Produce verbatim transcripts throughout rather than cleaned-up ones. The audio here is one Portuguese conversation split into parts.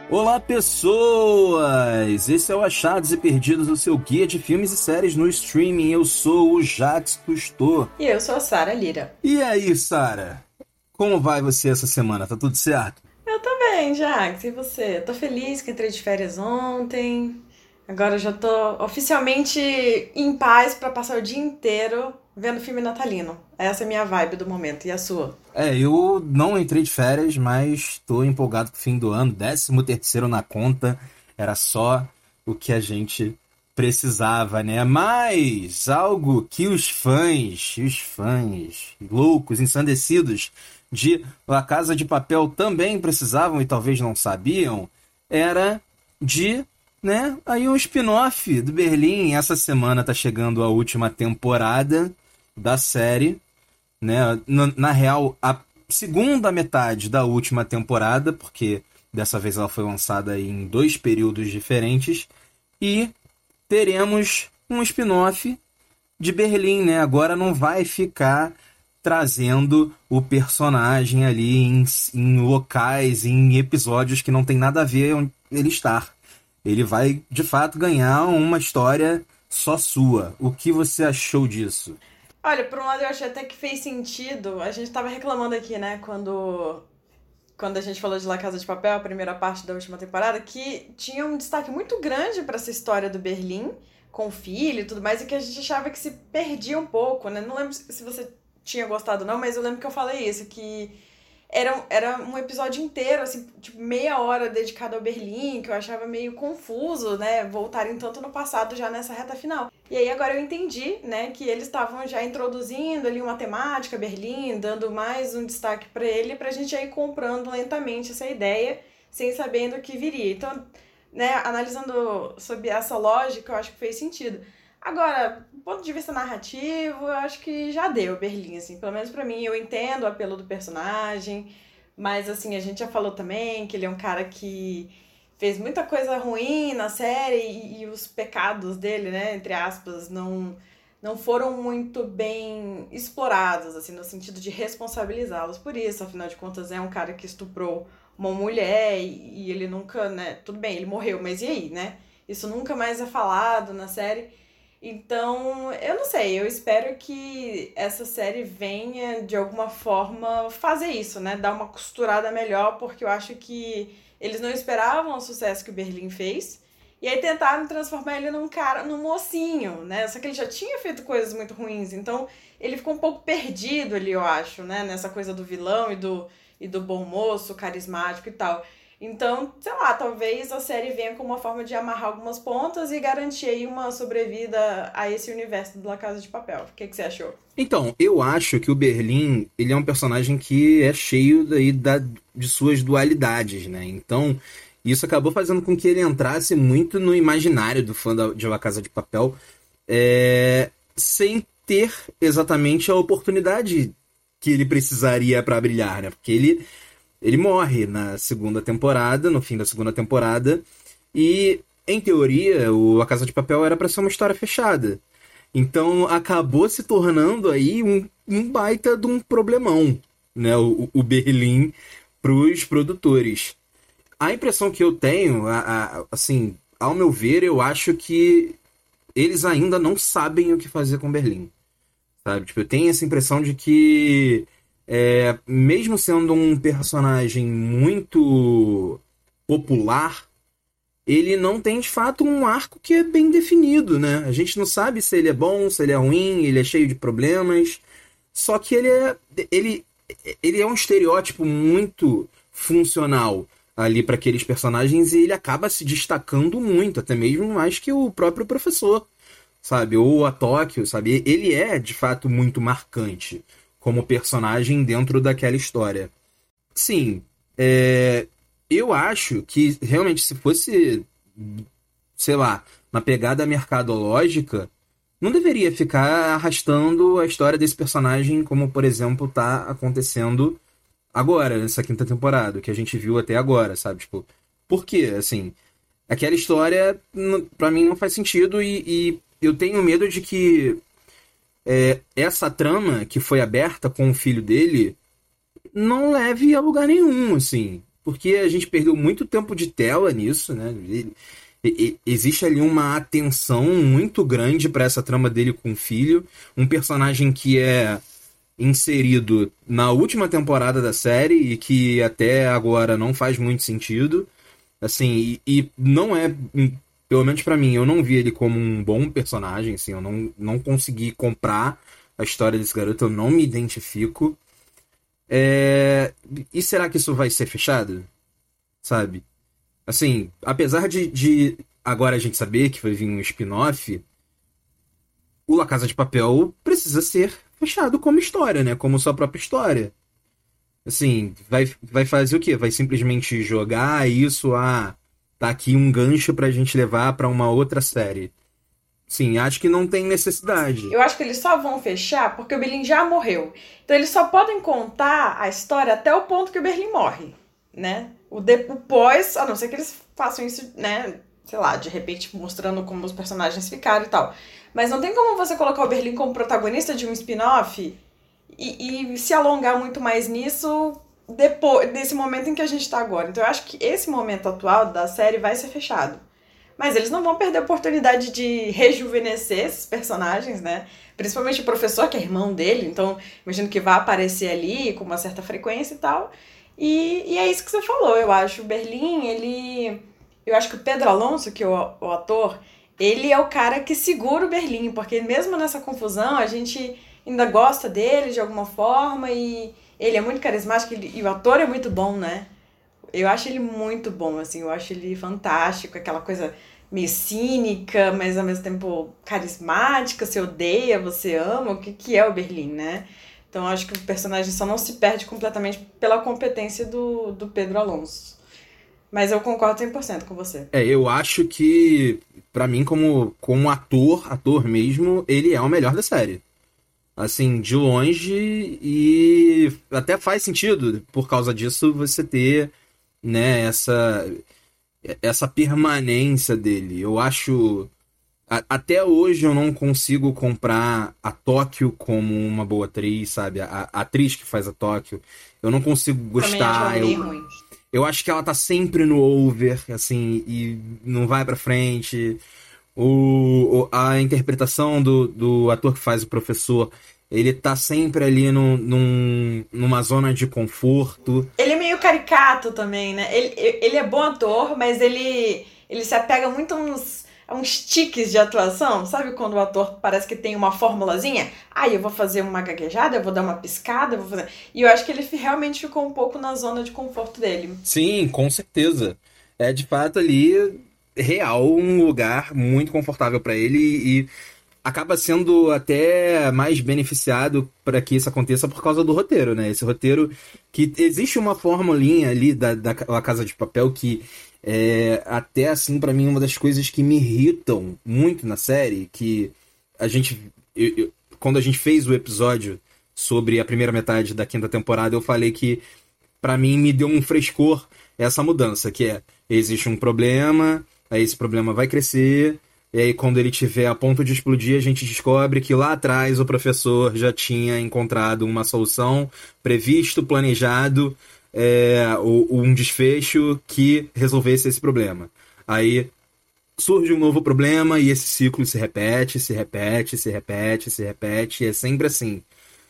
Olá, pessoas! Esse é o Achados e Perdidos, o seu guia de filmes e séries no streaming. Eu sou o Jax Cousteau. E eu sou a Sara Lira. E aí, Sara? Como vai você essa semana? Tá tudo certo? Eu tô bem, Jax. E você? Tô feliz que entrei de férias ontem. Agora eu já tô oficialmente em paz pra passar o dia inteiro vendo filme natalino. Essa é a minha vibe do momento. E a sua? É, eu não entrei de férias, mas tô empolgado com o fim do ano. Décimo terceiro na conta. Era só o que a gente precisava, né? Mas algo que os fãs, os fãs loucos, ensandecidos de La Casa de Papel também precisavam e talvez não sabiam, era de, né, aí um spin-off do Berlim. Essa semana tá chegando a última temporada da série, né? Na, na real, a segunda metade da última temporada, porque dessa vez ela foi lançada em dois períodos diferentes, e teremos um spin-off de Berlim, né? Agora não vai ficar trazendo o personagem ali em, em locais, em episódios que não tem nada a ver onde ele estar. Ele vai, de fato, ganhar uma história só sua. O que você achou disso? Olha, por um lado eu achei até que fez sentido. A gente tava reclamando aqui, né, quando quando a gente falou de La Casa de Papel, a primeira parte da última temporada, que tinha um destaque muito grande pra essa história do Berlim, com o filho e tudo mais, e que a gente achava que se perdia um pouco, né? Não lembro se você tinha gostado ou não, mas eu lembro que eu falei isso, que era, era um episódio inteiro, assim, tipo, meia hora dedicado ao Berlim, que eu achava meio confuso, né? Voltarem tanto no passado já nessa reta final. E aí agora eu entendi, né, que eles estavam já introduzindo ali uma temática, Berlim, dando mais um destaque pra ele, pra gente ir comprando lentamente essa ideia, sem sabendo o que viria. Então, né, analisando sob essa lógica, eu acho que fez sentido. Agora, do ponto de vista narrativo, eu acho que já deu Berlim, assim, pelo menos pra mim, eu entendo o apelo do personagem, mas assim, a gente já falou também que ele é um cara que fez muita coisa ruim na série e, e os pecados dele, né, entre aspas, não não foram muito bem explorados, assim, no sentido de responsabilizá-los por isso. Afinal de contas, é um cara que estuprou uma mulher e, e ele nunca, né, tudo bem, ele morreu, mas e aí, né? Isso nunca mais é falado na série. Então, eu não sei, eu espero que essa série venha de alguma forma fazer isso, né? Dar uma costurada melhor, porque eu acho que eles não esperavam o sucesso que o Berlim fez. E aí tentaram transformar ele num cara, num mocinho, né? Só que ele já tinha feito coisas muito ruins, então ele ficou um pouco perdido ali, eu acho, né? Nessa coisa do vilão e do, e do bom moço, carismático e tal. Então, sei lá, talvez a série venha como uma forma de amarrar algumas pontas e garantir aí uma sobrevida a esse universo do La Casa de Papel. O que, que você achou? Então, eu acho que o Berlim, ele é um personagem que é cheio daí da, de suas dualidades, né? Então, isso acabou fazendo com que ele entrasse muito no imaginário do fã da, de La Casa de Papel, é, sem ter exatamente a oportunidade que ele precisaria para brilhar, né? Porque ele, ele morre na segunda temporada, no fim da segunda temporada, e, em teoria, o La Casa de Papel era para ser uma história fechada. Então acabou se tornando aí um, um baita de um problemão, né? O, o Berlim para os produtores. A impressão que eu tenho, a, a, assim, ao meu ver, eu acho que eles ainda não sabem o que fazer com Berlim, sabe? Tipo, eu tenho essa impressão de que, é, mesmo sendo um personagem muito popular, ele não tem de fato um arco que é bem definido, né? A gente não sabe se ele é bom, se ele é ruim, ele é cheio de problemas. Só que ele é, ele, ele é um estereótipo muito funcional ali para aqueles personagens e ele acaba se destacando muito, até mesmo mais que o próprio professor, sabe? Ou a Tóquio, sabe? Ele é de fato muito marcante como personagem dentro daquela história. Sim, é, eu acho que realmente se fosse, sei lá, na pegada mercadológica, não deveria ficar arrastando a história desse personagem como, por exemplo, tá acontecendo agora, nessa quinta temporada, que a gente viu até agora, sabe? Tipo, por quê? Assim, aquela história, n- pra mim, não faz sentido e, e eu tenho medo de que é, essa trama que foi aberta com o filho dele não leve a lugar nenhum, assim. porque a gente perdeu muito tempo de tela nisso, né? E, e, existe ali uma atenção muito grande para essa trama dele com o filho, um personagem que é inserido na última temporada da série e que até agora não faz muito sentido, assim, e, e não é, pelo menos pra mim, eu não vi ele como um bom personagem, assim, eu não, não consegui comprar a história desse garoto, eu não me identifico. É... E será que isso vai ser fechado? Sabe? Assim, apesar de, de agora a gente saber que vai vir um spin-off, o La Casa de Papel precisa ser fechado como história, né? Como sua própria história. Assim, vai, vai fazer o quê? Vai simplesmente jogar isso, ah, tá aqui um gancho pra gente levar pra uma outra série. Sim, acho que não tem necessidade. Eu acho que eles só vão fechar porque o Berlim já morreu. Então eles só podem contar a história até o ponto que o Berlim morre, né? O, de, o pós, a não ser que eles façam isso, né? Sei lá, de repente mostrando como os personagens ficaram e tal. Mas não tem como você colocar o Berlim como protagonista de um spin-off e, e se alongar muito mais nisso depois, nesse momento em que a gente tá agora. Então eu acho que esse momento atual da série vai ser fechado. Mas eles não vão perder a oportunidade de rejuvenescer esses personagens, né? Principalmente o professor, que é irmão dele. Então, imagino que vai aparecer ali com uma certa frequência e tal. E, e é isso que você falou, eu acho. O Berlim, ele... Eu acho que o Pedro Alonso, que é o, o ator, ele é o cara que segura o Berlim. Porque mesmo nessa confusão, a gente ainda gosta dele de alguma forma. E ele é muito carismático ele, e o ator é muito bom, né? Eu acho ele muito bom, assim, eu acho ele fantástico, aquela coisa meio cínica, mas ao mesmo tempo carismática, você odeia, você ama, o que, que é o Berlim, né? Então eu acho que o personagem só não se perde completamente pela competência do, do Pedro Alonso. Mas eu concordo cem por cento com você. É, eu acho que, pra mim, como, como ator, ator mesmo, ele é o melhor da série. Assim, de longe, e até faz sentido, por causa disso, você ter, né, essa, essa permanência dele. Eu acho... A, até hoje eu não consigo comprar a Tóquio como uma boa atriz, sabe? A, a atriz que faz a Tóquio. Eu não consigo gostar. Também acho eu, ruim. eu acho que ela tá sempre no over, assim, e não vai pra frente. O, o, a interpretação do, do ator que faz o professor... Ele tá sempre ali num, num, numa zona de conforto. Ele é meio caricato também, né? Ele, ele é bom ator, mas ele, ele se apega muito a uns, a uns tiques de atuação. Sabe quando o ator parece que tem uma formulazinha? Ah, eu vou fazer uma gaguejada, eu vou dar uma piscada, eu vou fazer... E eu acho que ele realmente ficou um pouco na zona de conforto dele. Sim, com certeza. É de fato ali, real, um lugar muito confortável pra ele e... acaba sendo até mais beneficiado para que isso aconteça por causa do roteiro, né? Esse roteiro que existe uma formulinha ali da, da La Casa de Papel que é até assim para mim uma das coisas que me irritam muito na série, que a gente eu, eu, quando a gente fez o episódio sobre a primeira metade da quinta temporada, eu falei que para mim me deu um frescor essa mudança, que é existe um problema, aí esse problema vai crescer. E aí, quando ele estiver a ponto de explodir, a gente descobre que lá atrás o professor já tinha encontrado uma solução, previsto, planejado, é, um desfecho que resolvesse esse problema. Aí surge um novo problema e esse ciclo se repete, se repete, se repete, se repete, e é sempre assim.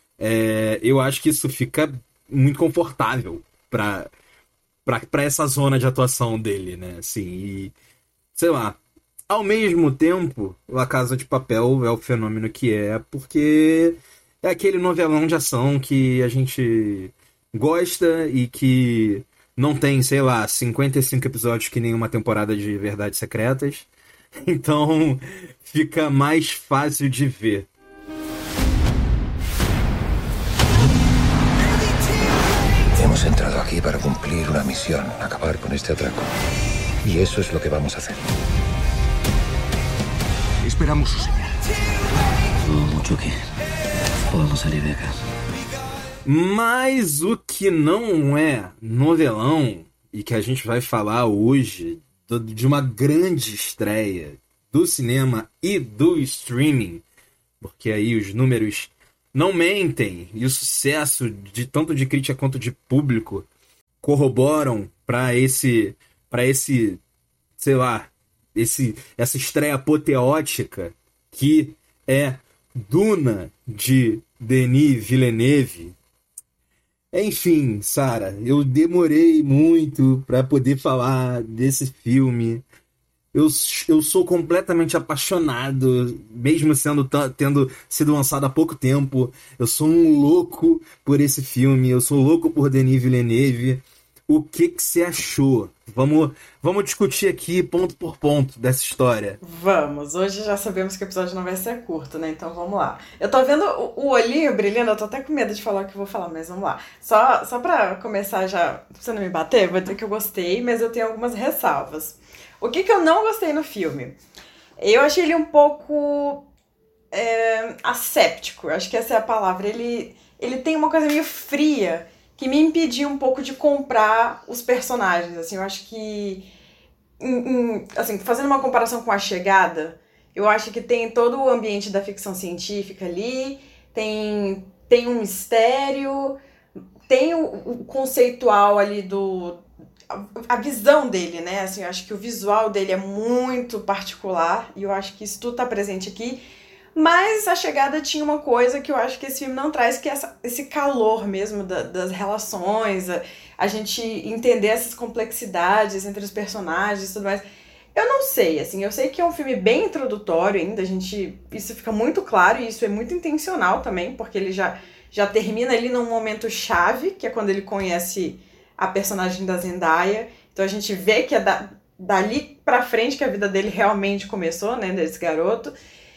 É, eu acho que isso fica muito confortável pra, pra, pra essa zona de atuação dele, né? Assim, e, sei lá. Ao mesmo tempo, La Casa de Papel é o fenômeno que é, porque é aquele novelão de ação que a gente gosta e que não tem, sei lá, cinquenta e cinco episódios que nem uma temporada de Verdades Secretas. Então, fica mais fácil de ver. Hemos entrado aquí para cumplir una misión, acabar con este atraco. Y eso es lo que vamos a hacer. Esperamos su señal. Dudo mucho que podamos salir de acá. Mas o que não é novelão, e que a gente vai falar hoje, de uma grande estreia do cinema e do streaming, porque aí os números não mentem, e o sucesso de tanto de crítica quanto de público corroboram pra esse, pra esse, sei lá, esse, essa estreia apoteótica que é Duna, de Denis Villeneuve. Enfim, Sara, eu demorei muito pra poder falar desse filme. Eu, eu sou completamente apaixonado, mesmo sendo tendo sido lançado há pouco tempo. Eu sou um louco por esse filme, eu sou louco por Denis Villeneuve. O que que você achou? Vamos, vamos discutir aqui ponto por ponto dessa história. Vamos, hoje já sabemos que o episódio não vai ser curto, né? Então vamos lá. Eu tô vendo o, o olhinho brilhando, eu tô até com medo de falar o que eu vou falar, mas vamos lá. Só, só pra começar já, pra você não me bater, vou dizer que eu gostei, mas eu tenho algumas ressalvas. O que que eu não gostei no filme? Eu achei ele um pouco é, asséptico, acho que essa é a palavra. Ele, ele tem uma coisa meio fria que me impediu um pouco de comprar os personagens. Assim, eu acho que, em, em, assim, fazendo uma comparação com A Chegada, eu acho que tem todo o ambiente da ficção científica ali, tem, tem um mistério, tem o, o conceitual ali do... a visão dele, né? Assim, eu acho que o visual dele é muito particular e eu acho que isso tudo tá presente aqui. Mas A Chegada tinha uma coisa que eu acho que esse filme não traz, que é essa, esse calor mesmo da, das relações, a, a gente entender essas complexidades entre os personagens e tudo mais. Eu não sei, assim, eu sei que é um filme bem introdutório ainda, a gente, isso fica muito claro e isso é muito intencional também, porque ele já, já termina ali num momento chave, que é quando ele conhece a personagem da Zendaya. Então a gente vê que é da, dali pra frente que a vida dele realmente começou, né, desse garoto.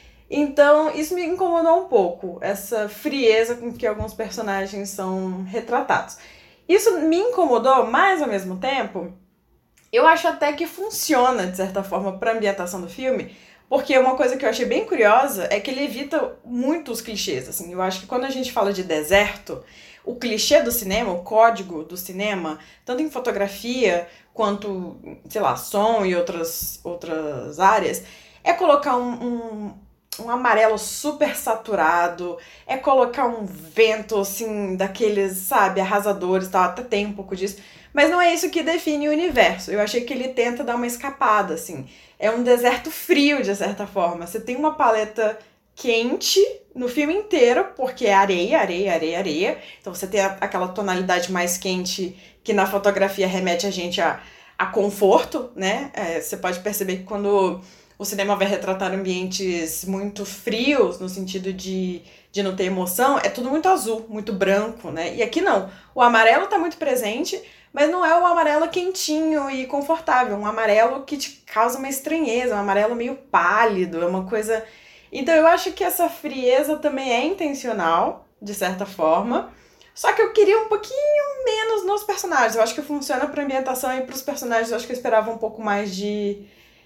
Então isso me incomodou um pouco, essa frieza com que alguns personagens são retratados. Isso me incomodou, mas ao mesmo tempo, eu acho até que funciona, de certa forma, pra ambientação do filme, porque uma coisa que eu achei bem curiosa é que ele evita muito os clichês, assim. Eu acho que quando a gente fala de deserto, o clichê do cinema, o código do cinema, tanto em fotografia quanto, sei lá, som e outras, outras áreas, é colocar um, um, um amarelo super saturado, é colocar um vento, assim, daqueles, sabe, arrasadores, tal, até tem um pouco disso, mas não é isso que define o universo. Eu achei que ele tenta dar uma escapada, assim. É um deserto frio, de certa forma. Você tem uma paleta quente no filme inteiro, porque é areia, areia, areia, areia. Então você tem a, aquela tonalidade mais quente que na fotografia remete a gente a, a conforto, né? É, você pode perceber que quando o cinema vai retratar ambientes muito frios, no sentido de, de não ter emoção, é tudo muito azul, muito branco, né? E aqui não. O amarelo tá muito presente, mas não é um amarelo quentinho e confortável. Um amarelo que te causa uma estranheza, um amarelo meio pálido, é uma coisa... Então eu acho que essa frieza também é intencional, de certa forma. Só que eu queria um pouquinho menos nos personagens. Eu acho que funciona pra ambientação e pros personagens. Eu acho que eu esperava um pouco mais de,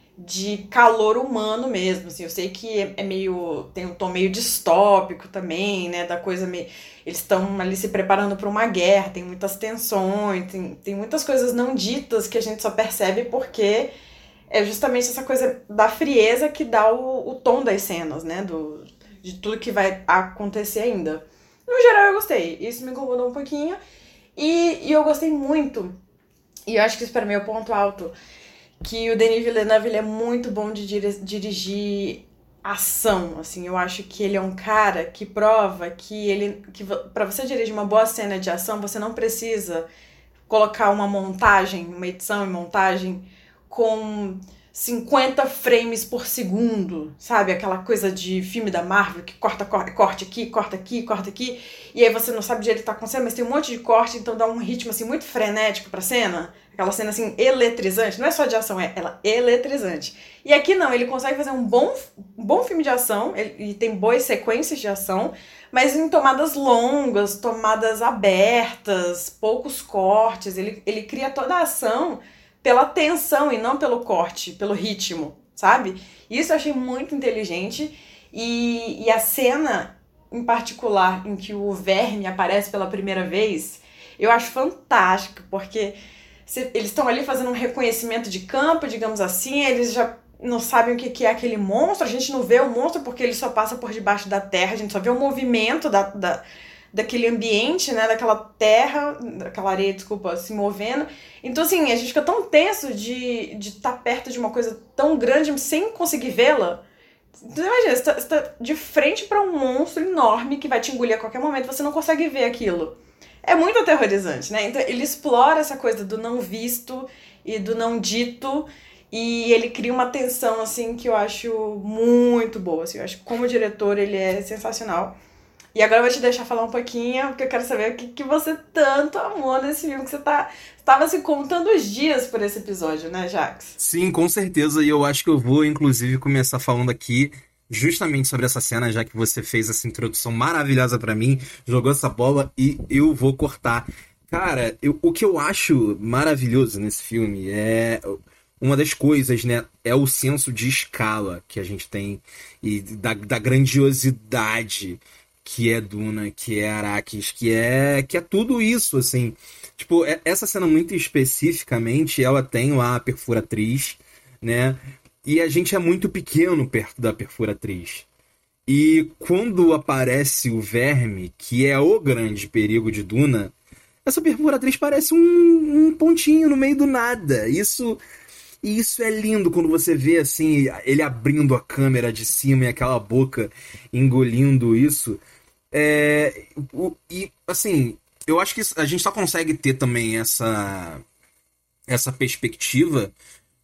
de calor humano mesmo. Assim, eu sei que é meio... tem um tom meio distópico também, né? Da coisa meio... Eles estão ali se preparando para uma guerra, tem muitas tensões, tem, tem muitas coisas não ditas que a gente só percebe porque... é justamente essa coisa da frieza que dá o, o tom das cenas, né? Do, de tudo que vai acontecer ainda. No geral, eu gostei. Isso me incomodou um pouquinho. E, e eu gostei muito. E eu acho que isso para mim é o ponto alto. Que o Denis Villeneuve, ele é muito bom de dir- dirigir ação. Assim, eu acho que ele é um cara que prova que ele... que para você dirigir uma boa cena de ação, você não precisa colocar uma montagem, uma edição e montagem... com cinquenta frames por segundo, sabe? Aquela coisa de filme da Marvel que corta, corta, corte aqui, corta aqui, corta aqui, e aí você não sabe direito o que tá acontecendo, mas tem um monte de corte, então dá um ritmo assim muito frenético pra cena, aquela cena assim eletrizante, não é só de ação, é ela eletrizante. E aqui não, ele consegue fazer um bom, um bom filme de ação, ele, e tem boas sequências de ação, mas em tomadas longas, tomadas abertas, poucos cortes, ele, ele cria toda a ação pela tensão e não pelo corte, pelo ritmo, sabe? Isso eu achei muito inteligente. E, e a cena, em particular, em que o verme aparece pela primeira vez, eu acho fantástico, porque se, eles estão ali fazendo um reconhecimento de campo, digamos assim, eles já não sabem o que, que é aquele monstro, a gente não vê o monstro porque ele só passa por debaixo da terra, a gente só vê o movimento da... da daquele ambiente, né, daquela terra, daquela areia, desculpa, se movendo. Então, assim, a gente fica tão tenso de de estar perto de uma coisa tão grande sem conseguir vê-la. Então, imagina, você tá, você tá de frente pra um monstro enorme que vai te engolir a qualquer momento, você não consegue ver aquilo. É muito aterrorizante, né? Então, ele explora essa coisa do não visto e do não dito, e ele cria uma tensão, assim, que eu acho muito boa, assim. Eu acho que como diretor ele é sensacional. E agora eu vou te deixar falar um pouquinho, porque eu quero saber o que, que você tanto amou nesse filme, que você tá, tava se contando os dias por esse episódio, né, Jax? Sim, com certeza, e eu acho que eu vou, inclusive, começar falando aqui justamente sobre essa cena, já que você fez essa introdução maravilhosa pra mim, jogou essa bola e eu vou cortar. Cara, eu, o que eu acho maravilhoso nesse filme é... Uma das coisas, né, é o senso de escala que a gente tem e da, da grandiosidade que é Duna, que é Arrakis, que é, que é tudo isso, assim. Tipo, essa cena muito especificamente, ela tem lá a perfuratriz, né, e a gente é muito pequeno perto da perfuratriz. E quando aparece o verme, que é o grande perigo de Duna, essa perfuratriz parece um, um pontinho no meio do nada. Isso... E isso é lindo quando você vê, assim, ele abrindo a câmera de cima e aquela boca engolindo isso. É, o, e, assim, eu acho que a gente só consegue ter também essa, essa perspectiva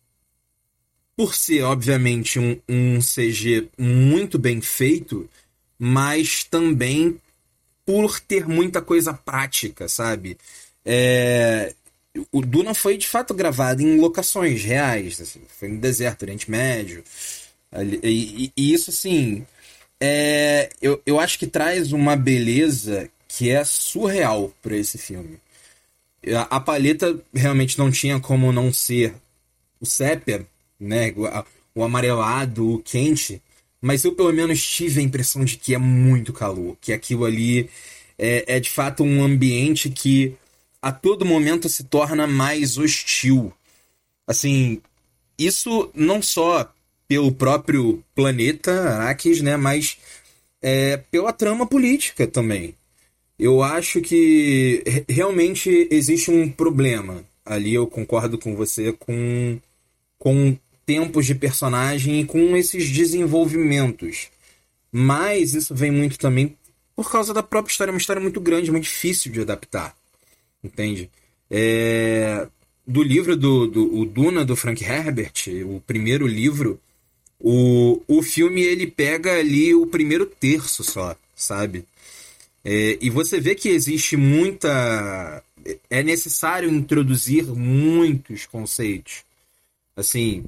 por ser, obviamente, um, um C G muito bem feito, mas também por ter muita coisa prática, sabe? É... O Duna foi, de fato, gravado em locações reais. Assim, foi no deserto, Oriente Médio. Ali, e, e isso, assim, é, eu, eu acho que traz uma beleza que é surreal para esse filme. A, a paleta realmente não tinha como não ser o sépia, né, o, o amarelado, o quente, mas eu, pelo menos, tive a impressão de que é muito calor. Que aquilo ali é, é de fato, um ambiente que a todo momento se torna mais hostil. Assim, isso não só pelo próprio planeta Arrakis, né, mas é, pela trama política também. Eu acho que realmente existe um problema. Ali eu concordo com você com, com tempos de personagem e com esses desenvolvimentos. Mas isso vem muito também por causa da própria história. É uma história muito grande, muito difícil de adaptar. Entende? É, do livro do, do o Duna, do Frank Herbert, o primeiro livro, o, o filme ele pega ali o primeiro terço só, sabe? É, e você vê que existe muita... É necessário introduzir muitos conceitos. Assim,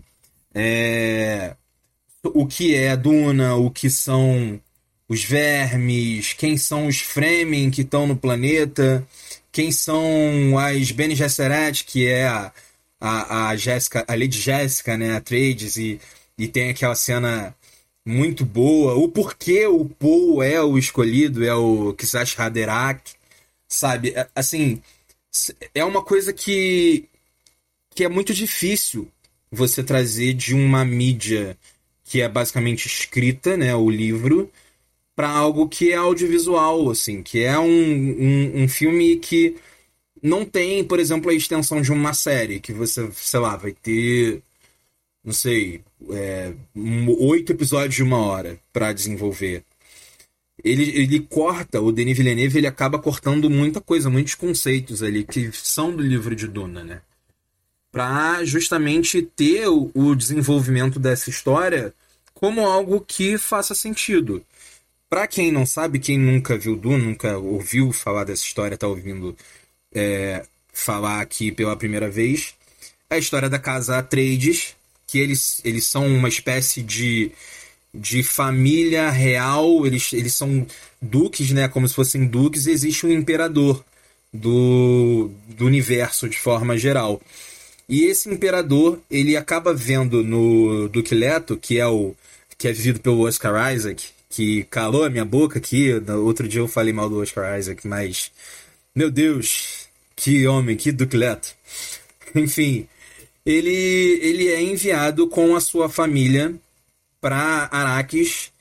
é, o que é Duna, o que são os vermes, quem são os Fremen que estão no planeta... Quem são as Bene Gesserit, que é a, a, a, Jessica, a Lady Jessica, né, a Trades, e, e tem aquela cena muito boa. O porquê o Paul é o escolhido, é o Ksash Haderach, sabe? Assim, é uma coisa que, que é muito difícil você trazer de uma mídia que é basicamente escrita, né, o livro, para algo que é audiovisual, assim, que é um, um, um filme que não tem, por exemplo, a extensão de uma série, que você, sei lá, vai ter, não sei, é, oito episódios de uma hora para desenvolver. Ele, ele corta, o Denis Villeneuve, ele acaba cortando muita coisa, muitos conceitos ali, que são do livro de Duna, né? Para justamente ter o, o desenvolvimento dessa história como algo que faça sentido. Pra quem não sabe, quem nunca viu Duna, nunca ouviu falar dessa história, tá ouvindo é, falar aqui pela primeira vez, é a história da casa Atreides, que eles, eles são uma espécie de, de família real, eles, eles são duques, né, como se fossem duques, e existe um imperador do, do universo de forma geral. E esse imperador, ele acaba vendo no Duque Leto, que é, o, que é vivido pelo Oscar Isaac, que calou a minha boca aqui. Outro dia eu falei mal do Oscar Isaac, mas... Meu Deus, que homem, que Duque Leto. Enfim, ele, ele é enviado com a sua família para Arrakis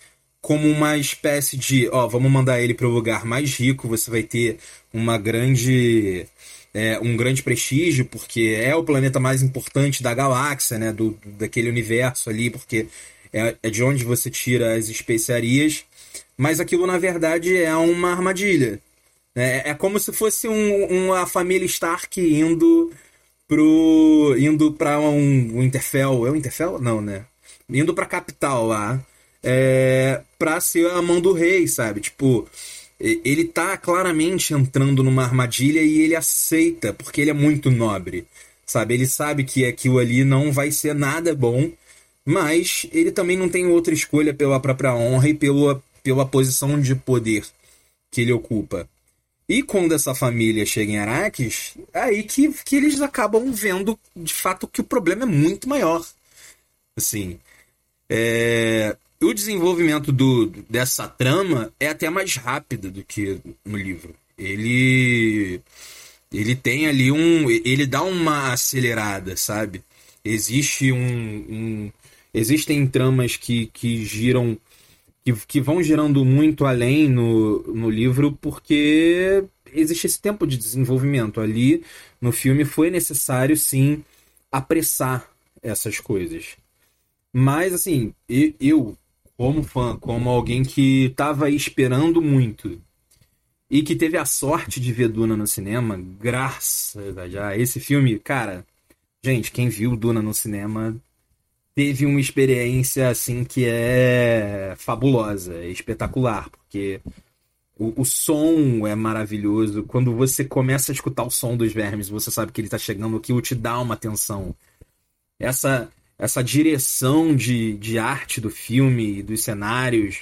como uma espécie de, ó, vamos mandar ele para o lugar mais rico, você vai ter uma grande, é, um grande prestígio, porque é o planeta mais importante da galáxia, né, do, daquele universo ali, porque é, é de onde você tira as especiarias, mas aquilo, na verdade, é uma armadilha. É, é como se fosse um, uma família Stark indo pro indo para um Winterfell. É o Winterfell? Não, né? Indo pra capital lá, é, pra ser a mão do rei, sabe? Tipo, ele tá claramente entrando numa armadilha e ele aceita, porque ele é muito nobre, sabe? Ele sabe que aquilo ali não vai ser nada bom, mas ele também não tem outra escolha pela própria honra e pela, pela posição de poder que ele ocupa. E quando essa família chega em Arrakis, é aí que, que eles acabam vendo, de fato, que o problema é muito maior. Assim, é... o desenvolvimento do, dessa trama é até mais rápido do que no livro. Ele, ele tem ali um... Ele dá uma acelerada, sabe? Existe um... um existem tramas que, que giram... Que, que vão girando muito além no, no livro, porque existe esse tempo de desenvolvimento. Ali, no filme, foi necessário, sim, apressar essas coisas. Mas, assim, eu, como fã, como alguém que estava esperando muito e que teve a sorte de ver Duna no cinema, graças a já esse filme, cara, gente, quem viu Duna no cinema teve uma experiência, assim, que é fabulosa, é espetacular, porque o, o som é maravilhoso. Quando você começa a escutar o som dos vermes, você sabe que ele está chegando, aquilo te dá uma tensão. Essa... Essa direção de, de arte do filme, dos cenários,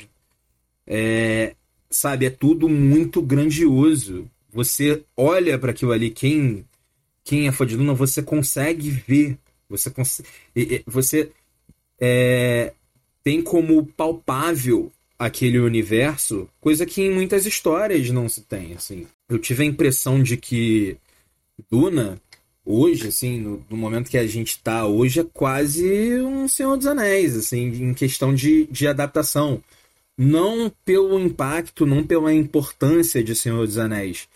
é, sabe, é tudo muito grandioso. Você olha para aquilo ali, quem, quem é fã de Duna, você consegue ver, você, cons- você é, tem como palpável aquele universo, coisa que em muitas histórias não se tem. Assim. Eu tive a impressão de que Duna... Hoje, assim, no, no momento que a gente tá hoje, é quase um Senhor dos Anéis, assim, em questão de, de adaptação. Não pelo impacto, não pela importância de Senhor dos Anéis,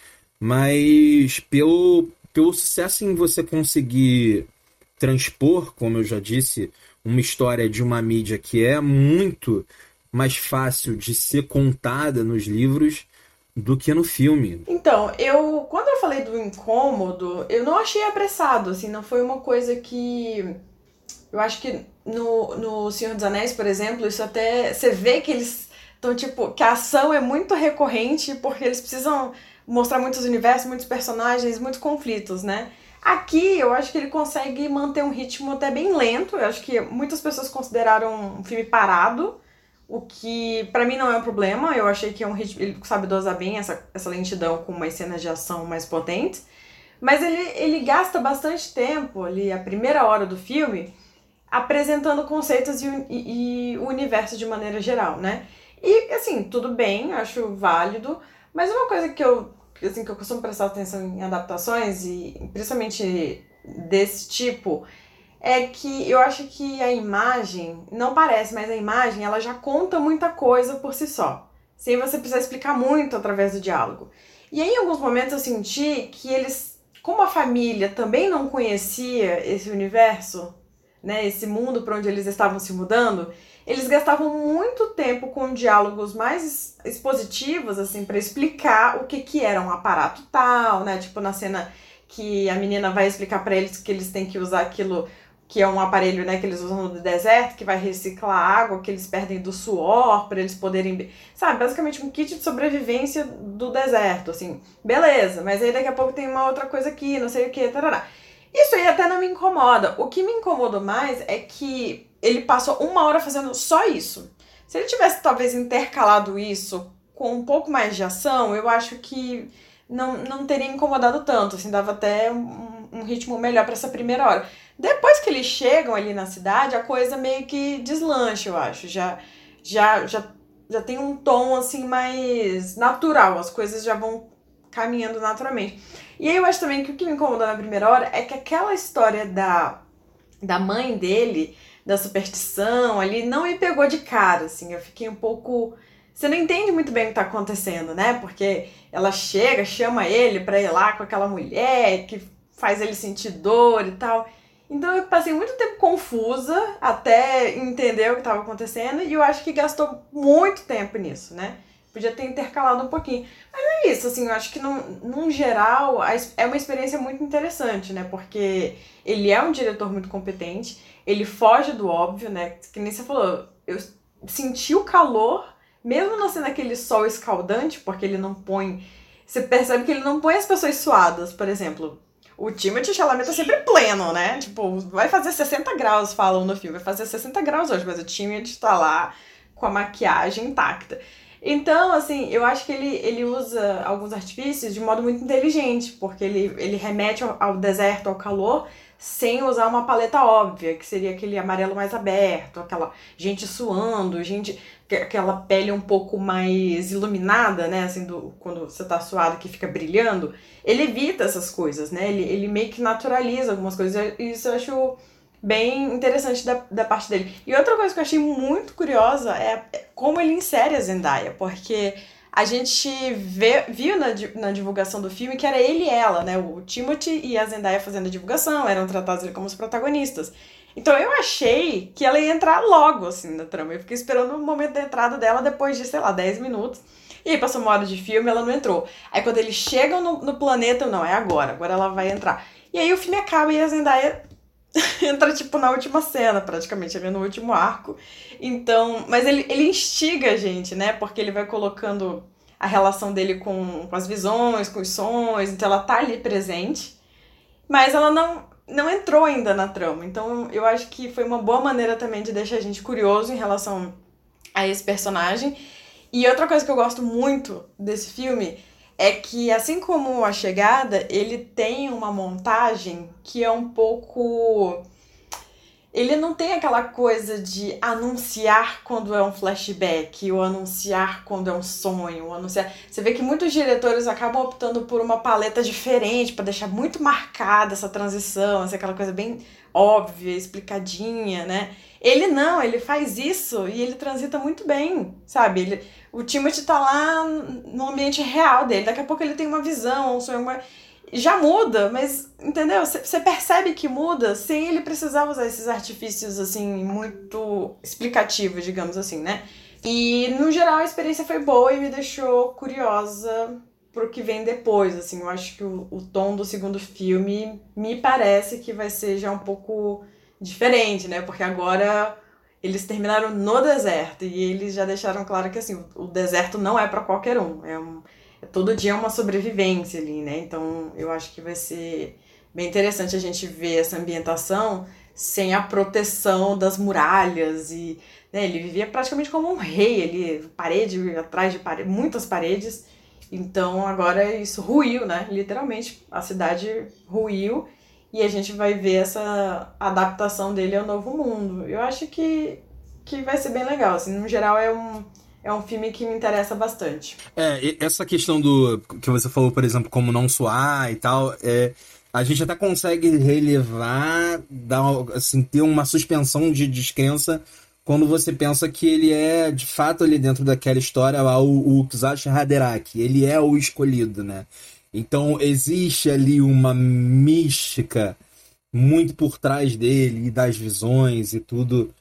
mas pelo, pelo sucesso em você conseguir transpor, como eu já disse, uma história de uma mídia que é muito mais fácil de ser contada nos livros do que no filme. Então, eu quando eu falei do incômodo, eu não achei apressado, assim, não foi uma coisa que... Eu acho que no, no Senhor dos Anéis, por exemplo, isso até... Você vê que eles estão, tipo, que a ação é muito recorrente, porque eles precisam mostrar muitos universos, muitos personagens, muitos conflitos, né? Aqui, eu acho que ele consegue manter um ritmo até bem lento, eu acho que muitas pessoas consideraram um filme parado, o que pra mim não é um problema. Eu achei que é um ritmo, ele sabe dosar bem essa, essa lentidão com umas cenas de ação mais potentes. Mas ele, ele gasta bastante tempo ali, a primeira hora do filme, apresentando conceitos e, e, e o universo de maneira geral, né? E, assim, tudo bem, eu acho válido. Mas uma coisa que eu, assim, que eu costumo prestar atenção em adaptações, e principalmente desse tipo... é que eu acho que a imagem, não parece, mas a imagem, ela já conta muita coisa por si só. Sem você precisar explicar muito através do diálogo. E aí, em alguns momentos, eu senti que eles, como a família também não conhecia esse universo, né, esse mundo para onde eles estavam se mudando, eles gastavam muito tempo com diálogos mais expositivos, assim, para explicar o que que era um aparato tal, né, tipo na cena que a menina vai explicar para eles que eles têm que usar aquilo... que é um aparelho, né, que eles usam no deserto, que vai reciclar a água que eles perdem do suor, para eles poderem... Sabe, basicamente um kit de sobrevivência do deserto, assim. Beleza, mas aí daqui a pouco tem uma outra coisa aqui, não sei o que, tarará. Isso aí até não me incomoda. O que me incomodou mais é que ele passou uma hora fazendo só isso. Se ele tivesse, talvez, intercalado isso com um pouco mais de ação, eu acho que não, não teria incomodado tanto, assim, dava até um, um ritmo melhor para essa primeira hora. Depois que eles chegam ali na cidade, a coisa meio que deslancha, eu acho. Já, já, já, já tem um tom, assim, mais natural. As coisas já vão caminhando naturalmente. E aí eu acho também que o que me incomodou na primeira hora é que aquela história da, da mãe dele da superstição ali, não me pegou de cara, assim, eu fiquei um pouco... Você não entende muito bem o que tá acontecendo, né? Porque ela chega, chama ele pra ir lá com aquela mulher que faz ele sentir dor e tal. Então eu passei muito tempo confusa até entender o que estava acontecendo e eu acho que gastou muito tempo nisso, né? Podia ter intercalado um pouquinho. Mas é isso, assim, eu acho que num, num geral é uma experiência muito interessante, né? Porque ele é um diretor muito competente, ele foge do óbvio, né? Que nem você falou, eu senti o calor, mesmo não sendo aquele sol escaldante, porque ele não põe... Você percebe que ele não põe as pessoas suadas, por exemplo... O Timothée Chalamet tá sempre pleno, né? Tipo, vai fazer sessenta graus, falam no filme. Vai fazer sessenta graus hoje, mas o Timothée tá lá com a maquiagem intacta. Então, assim, eu acho que ele, ele usa alguns artifícios de modo muito inteligente, porque ele, ele remete ao, ao deserto, ao calor, sem usar uma paleta óbvia, que seria aquele amarelo mais aberto, aquela gente suando, gente... aquela pele um pouco mais iluminada, né, assim, do, quando você tá suado, que fica brilhando, ele evita essas coisas, né, ele, ele meio que naturaliza algumas coisas, e isso eu acho bem interessante da, da parte dele. E outra coisa que eu achei muito curiosa é como ele insere a Zendaya, porque a gente vê, viu na, na divulgação do filme que era ele e ela, né, o Timothée e a Zendaya fazendo a divulgação, eram tratados ali como os protagonistas. Então eu achei que ela ia entrar logo, assim, na trama. Eu fiquei esperando o momento da entrada dela depois de, sei lá, dez minutos. E aí passou uma hora de filme, ela não entrou. Aí quando eles chegam no, no planeta, eu, não, é agora, agora ela vai entrar. E aí o filme acaba e a Zendaya entra, tipo, na última cena, praticamente, ali no último arco. Então, mas ele, ele instiga a gente, né? Porque ele vai colocando a relação dele com, com as visões, com os sonhos. Então ela tá ali presente. Mas ela não... não entrou ainda na trama, então eu acho que foi uma boa maneira também de deixar a gente curioso em relação a esse personagem. E outra coisa que eu gosto muito desse filme é que, assim como A Chegada, ele tem uma montagem que é um pouco... Ele não tem aquela coisa de anunciar quando é um flashback, ou anunciar quando é um sonho, ou anunciar... Você vê que muitos diretores acabam optando por uma paleta diferente, para deixar muito marcada essa transição, assim, aquela coisa bem óbvia, explicadinha, né? Ele não, ele faz isso e ele transita muito bem, sabe? Ele, o Timothée tá lá no ambiente real dele, daqui a pouco ele tem uma visão, um sonho... Uma... já muda, mas, entendeu? Você percebe que muda sem ele precisar usar esses artifícios, assim, muito explicativos, digamos assim, né? E, no geral, a experiência foi boa e me deixou curiosa pro que vem depois, assim. Eu acho que o, o tom do segundo filme me parece que vai ser já um pouco diferente, né? Porque agora eles terminaram no deserto e eles já deixaram claro que, assim, o, o deserto não é pra qualquer um, é um... todo dia é uma sobrevivência ali, né? Então eu acho que vai ser bem interessante a gente ver essa ambientação sem a proteção das muralhas. E, né, ele vivia praticamente como um rei ali, parede atrás de parede, muitas paredes. Então agora isso ruiu, né? Literalmente, a cidade ruiu e a gente vai ver essa adaptação dele ao novo mundo. Eu acho que, que vai ser bem legal. Assim, no geral é um... é um filme que me interessa bastante. É, essa questão do que você falou, por exemplo, como não suar e tal, é, a gente até consegue relevar, dar, assim, ter uma suspensão de descrença quando você pensa que ele é, de fato, ali dentro daquela história lá, o, o Ksash Haderach, ele é o escolhido, né? Então existe ali uma mística muito por trás dele e das visões e tudo...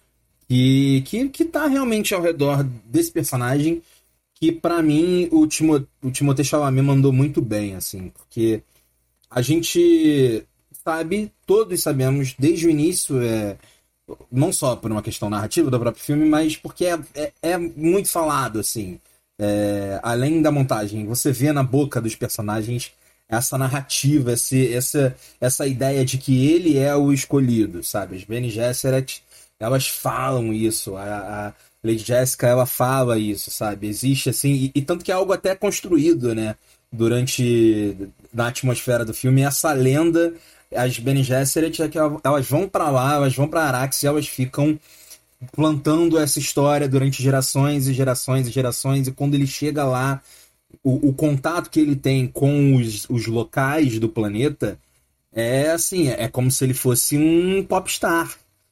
E que, que tá realmente ao redor desse personagem, que pra mim o, Timo, o Timothée Chalamet mandou muito bem, assim, porque a gente sabe, todos sabemos, desde o início, é, não só por uma questão narrativa do próprio filme, mas porque é, é, é muito falado, assim, é, além da montagem, você vê na boca dos personagens essa narrativa, esse, essa, essa ideia de que ele é o escolhido, sabe? As Bene Gesserit, elas falam isso, a, a Lady Jessica, ela fala isso, sabe? Existe, assim, e, e tanto que é algo até construído, né? Durante, na atmosfera do filme, essa lenda, as Bene Gesserit, é que elas vão pra lá, elas vão pra Arax e elas ficam plantando essa história durante gerações e gerações e gerações, e quando ele chega lá, o, o contato que ele tem com os, os locais do planeta é assim, é como se ele fosse um popstar.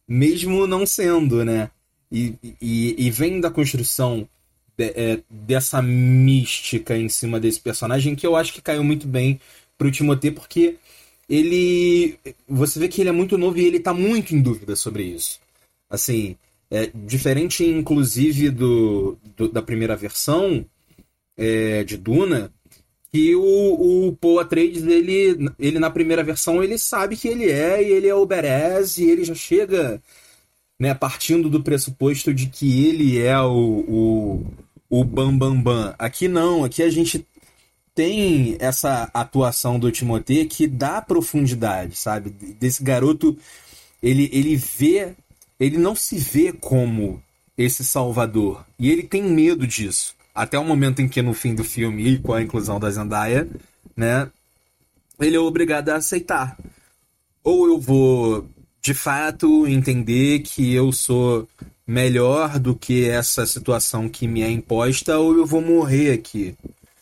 mesmo não sendo, né? E, e, e vem da construção de, é, dessa mística em cima desse personagem que eu acho que caiu muito bem pro Timothée, porque ele... Você vê que ele é muito novo e ele tá muito em dúvida sobre isso. Assim, é, diferente inclusive do, do, da primeira versão é, de Duna, que o, o Paul Atreides, ele, ele na primeira versão, ele sabe que ele é, e ele é o badass, e ele já chega, né, partindo do pressuposto de que ele é o, o, o bam, bam, bam. Aqui não, aqui a gente tem essa atuação do Timothée que dá profundidade, sabe? Desse garoto, ele, ele vê, ele não se vê como esse salvador, e ele tem medo disso. Até o momento em que, no fim do filme, e com a inclusão da Zendaya, né, ele é obrigado a aceitar. Ou eu vou, de fato, entender que eu sou melhor do que essa situação que me é imposta, ou eu vou morrer aqui.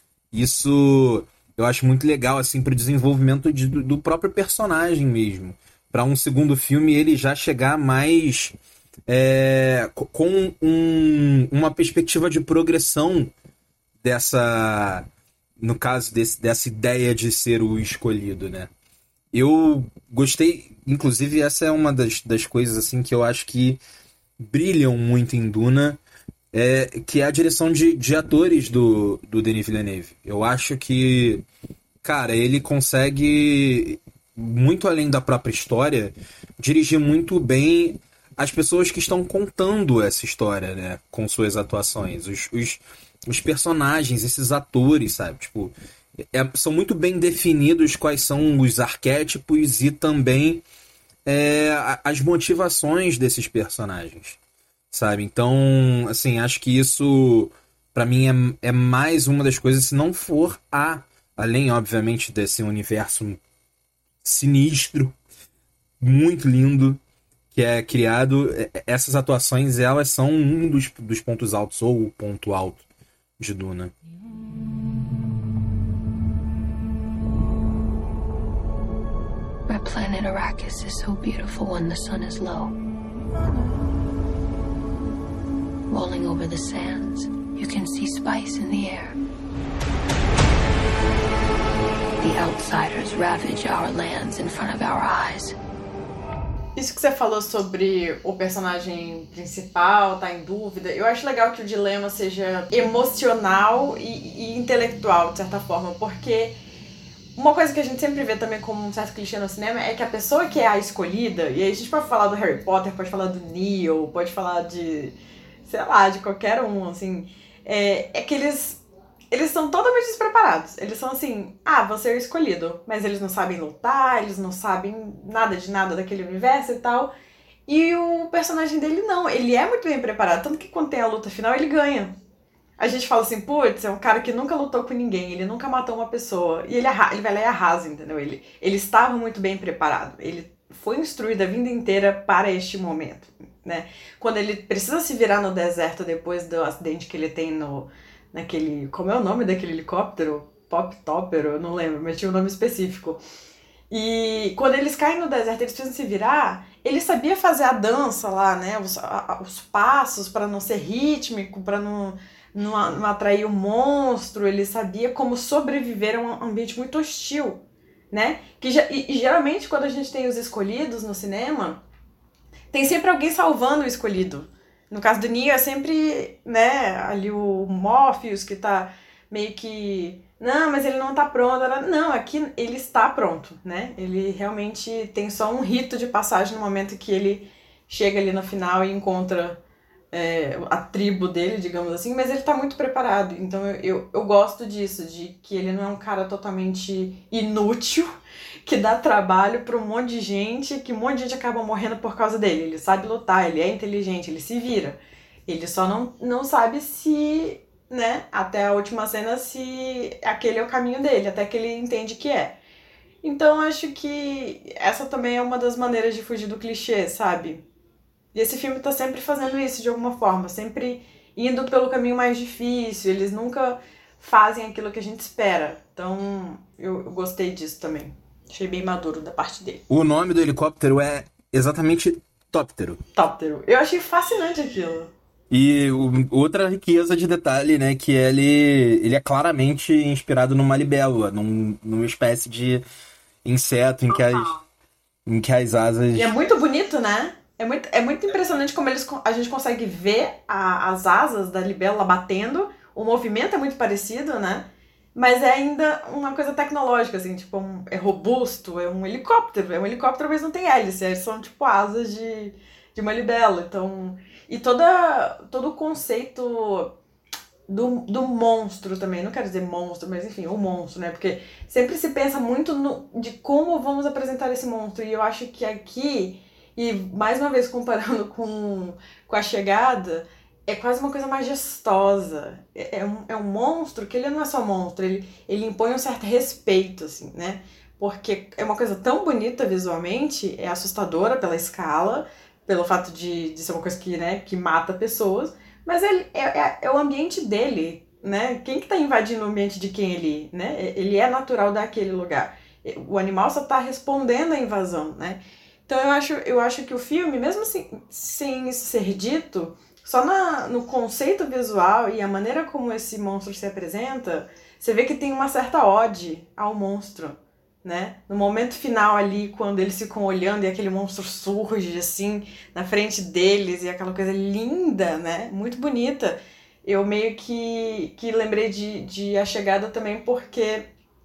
Isso eu acho muito legal, assim, pro desenvolvimento de, do próprio personagem mesmo. Para um segundo filme, ele já chegar mais... É, com um, uma perspectiva de progressão dessa, no caso desse, dessa ideia de ser o escolhido, né? Eu gostei, inclusive essa é uma das, das coisas assim que eu acho que brilham muito em Duna, é, que é a direção de, de atores do, do Denis Villeneuve. Eu acho que, cara, ele consegue, muito além da própria história, dirigir muito bem as pessoas que estão contando essa história, né, com suas atuações, os, os, os personagens, esses atores, sabe, tipo, é, são muito bem definidos quais são os arquétipos e também é, as motivações desses personagens, sabe, então, assim, acho que isso, pra mim, é, é mais uma das coisas, se não for a, além, obviamente, desse universo sinistro, muito lindo, que é criado, essas atuações, elas são um dos, dos pontos altos, ou o ponto alto de Duna. My planet Arrakis is so beautiful when the sun is low. Rolling over the sands, you can see spice in the air. The outsiders ravage our lands in front of our eyes. Isso que você falou sobre o personagem principal tá em dúvida, eu acho legal que o dilema seja emocional e, e intelectual, de certa forma, porque uma coisa que a gente sempre vê também como um certo clichê no cinema é que a pessoa que é a escolhida, e aí a gente pode falar do Harry Potter, pode falar do Neo, pode falar de, sei lá, de qualquer um, assim, é, é que eles... Eles são totalmente despreparados. Eles são assim, ah, você é o escolhido. Mas eles não sabem lutar, eles não sabem nada de nada daquele universo e tal. E o personagem dele não, ele é muito bem preparado. Tanto que quando tem a luta final, ele ganha. A gente fala assim, putz, é um cara que nunca lutou com ninguém, ele nunca matou uma pessoa. E ele, arra- ele vai lá e arrasa, entendeu? Ele, ele estava muito bem preparado. Ele foi instruído a vida inteira para este momento, né? Quando ele precisa se virar no deserto depois do acidente que ele tem no... naquele, como é o nome daquele helicóptero? Pop Topper, eu não lembro, mas tinha um nome específico. E quando eles caem no deserto, eles precisam se virar, ele sabia fazer a dança lá, né, os, a, os passos para não ser rítmico, para não, não, não atrair o monstro, ele sabia como sobreviver a um ambiente muito hostil, né, que, e, e geralmente quando a gente tem os escolhidos no cinema, tem sempre alguém salvando o escolhido. No caso do Neo é sempre, né, ali o Morpheus que tá meio que... Não, mas ele não tá pronto. Não, aqui ele está pronto, né? Ele realmente tem só um rito de passagem no momento que ele chega ali no final e encontra é, a tribo dele, digamos assim, mas ele tá muito preparado. Então eu, eu, eu gosto disso, de que ele não é um cara totalmente inútil, que dá trabalho para um monte de gente, que um monte de gente acaba morrendo por causa dele. Ele sabe lutar, ele é inteligente, ele se vira. Ele só não, não sabe se, né, até a última cena, se aquele é o caminho dele, até que ele entende que é. Então acho que essa também é uma das maneiras de fugir do clichê, sabe? E esse filme tá sempre fazendo isso de alguma forma, sempre indo pelo caminho mais difícil, eles nunca fazem aquilo que a gente espera. Então eu, eu gostei disso também. Achei bem maduro da parte dele. O nome do helicóptero é exatamente Tóptero. Tóptero. Eu achei fascinante aquilo. E o, outra riqueza de detalhe, né, que ele, ele é claramente inspirado numa libélula, num, numa espécie de inseto em que as, em que as asas... E é muito bonito, né? É muito, é muito impressionante como eles, a gente consegue ver a, as asas da libélula batendo, o movimento é muito parecido, né? Mas é ainda uma coisa tecnológica, assim, tipo, um, é robusto, é um helicóptero, é um helicóptero, mas não tem hélice, são tipo asas de, de uma libélula, então... E toda, todo o conceito do, do monstro também, não quero dizer monstro, mas enfim, o monstro, né? Porque sempre se pensa muito no, de como vamos apresentar esse monstro. E eu acho que aqui, e mais uma vez comparando com, com A Chegada, é quase uma coisa majestosa. É, é, um, é um monstro que ele não é só monstro, ele, ele impõe um certo respeito, assim, né? Porque é uma coisa tão bonita visualmente, é assustadora pela escala, pelo fato de, de ser uma coisa que, né, que mata pessoas, mas ele, é, é, é o ambiente dele, né? Quem que tá invadindo o ambiente de quem ele, né? Ele é natural daquele lugar. O animal só tá respondendo à invasão, né? Então eu acho, eu acho que o filme, mesmo assim, sem isso ser dito, só na, no conceito visual e a maneira como esse monstro se apresenta, você vê que tem uma certa ode ao monstro. Né? No momento final ali, quando eles ficam olhando e aquele monstro surge assim na frente deles e aquela coisa linda, né? Muito bonita. Eu meio que, que lembrei de, de A Chegada também, porque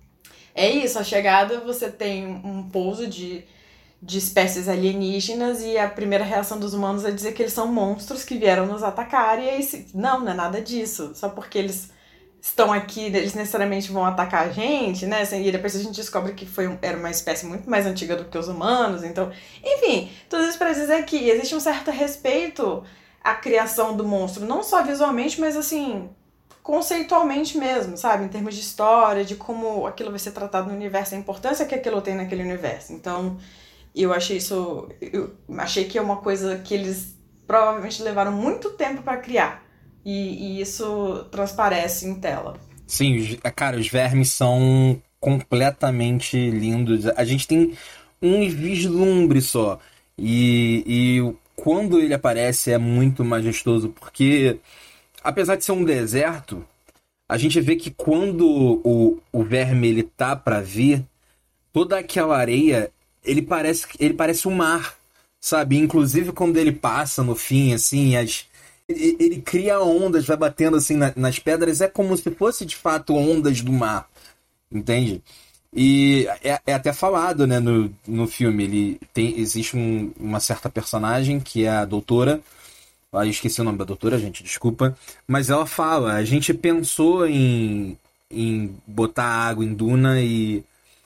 é isso, A Chegada você tem um pouso de, de espécies alienígenas e a primeira reação dos humanos é dizer que eles são monstros que vieram nos atacar e aí se... não, não é nada disso, só porque eles estão aqui, eles necessariamente vão atacar a gente, né? E depois a gente descobre que foi, era uma espécie muito mais antiga do que os humanos, então... Enfim, tudo isso para dizer que existe um certo respeito à criação do monstro, não só visualmente, mas assim, conceitualmente mesmo, sabe? Em termos de história, de como aquilo vai ser tratado no universo, a importância que aquilo tem naquele universo. Então, eu achei isso... Eu achei que é uma coisa que eles provavelmente levaram muito tempo para criar. E, e isso transparece em tela. Sim, os, cara, os vermes são completamente lindos. A gente tem um vislumbre só. E, e quando ele aparece é muito majestoso, porque apesar de ser um deserto, a gente vê que quando o, o verme ele tá pra vir, toda aquela areia, ele parece, ele parece um mar, sabe? Inclusive quando ele passa no fim, assim, as... Ele, ele cria ondas, vai batendo assim na, nas pedras, é como se fosse de fato ondas do mar, entende? E é, é até falado, né, no, no filme, ele tem, existe um, uma certa personagem que é a doutora, ah, eu esqueci o nome da doutora, gente, desculpa, mas ela fala, a gente pensou em, em botar água em Duna e,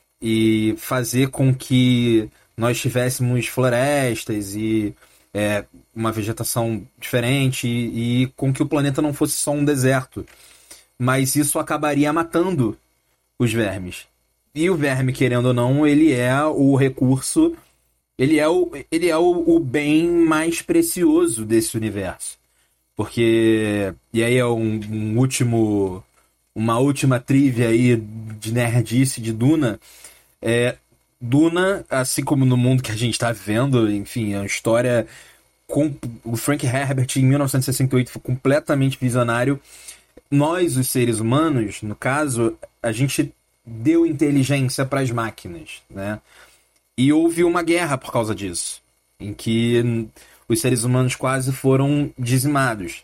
e fazer com que nós tivéssemos florestas e é, uma vegetação diferente e, e com que o planeta não fosse só um deserto. Mas isso acabaria matando os vermes. E o verme, querendo ou não, ele é o recurso, ele é o, ele é o, o bem mais precioso desse universo. Porque, e aí é um, um último, uma última trivia aí de nerdice de Duna, é, Duna, assim como no mundo que a gente está vivendo, enfim, é uma história... Com o Frank Herbert, em mil novecentos e sessenta e oito, foi completamente visionário. Nós, os seres humanos, no caso, a gente deu inteligência para as máquinas, né? E houve uma guerra por causa disso, em que os seres humanos quase foram dizimados.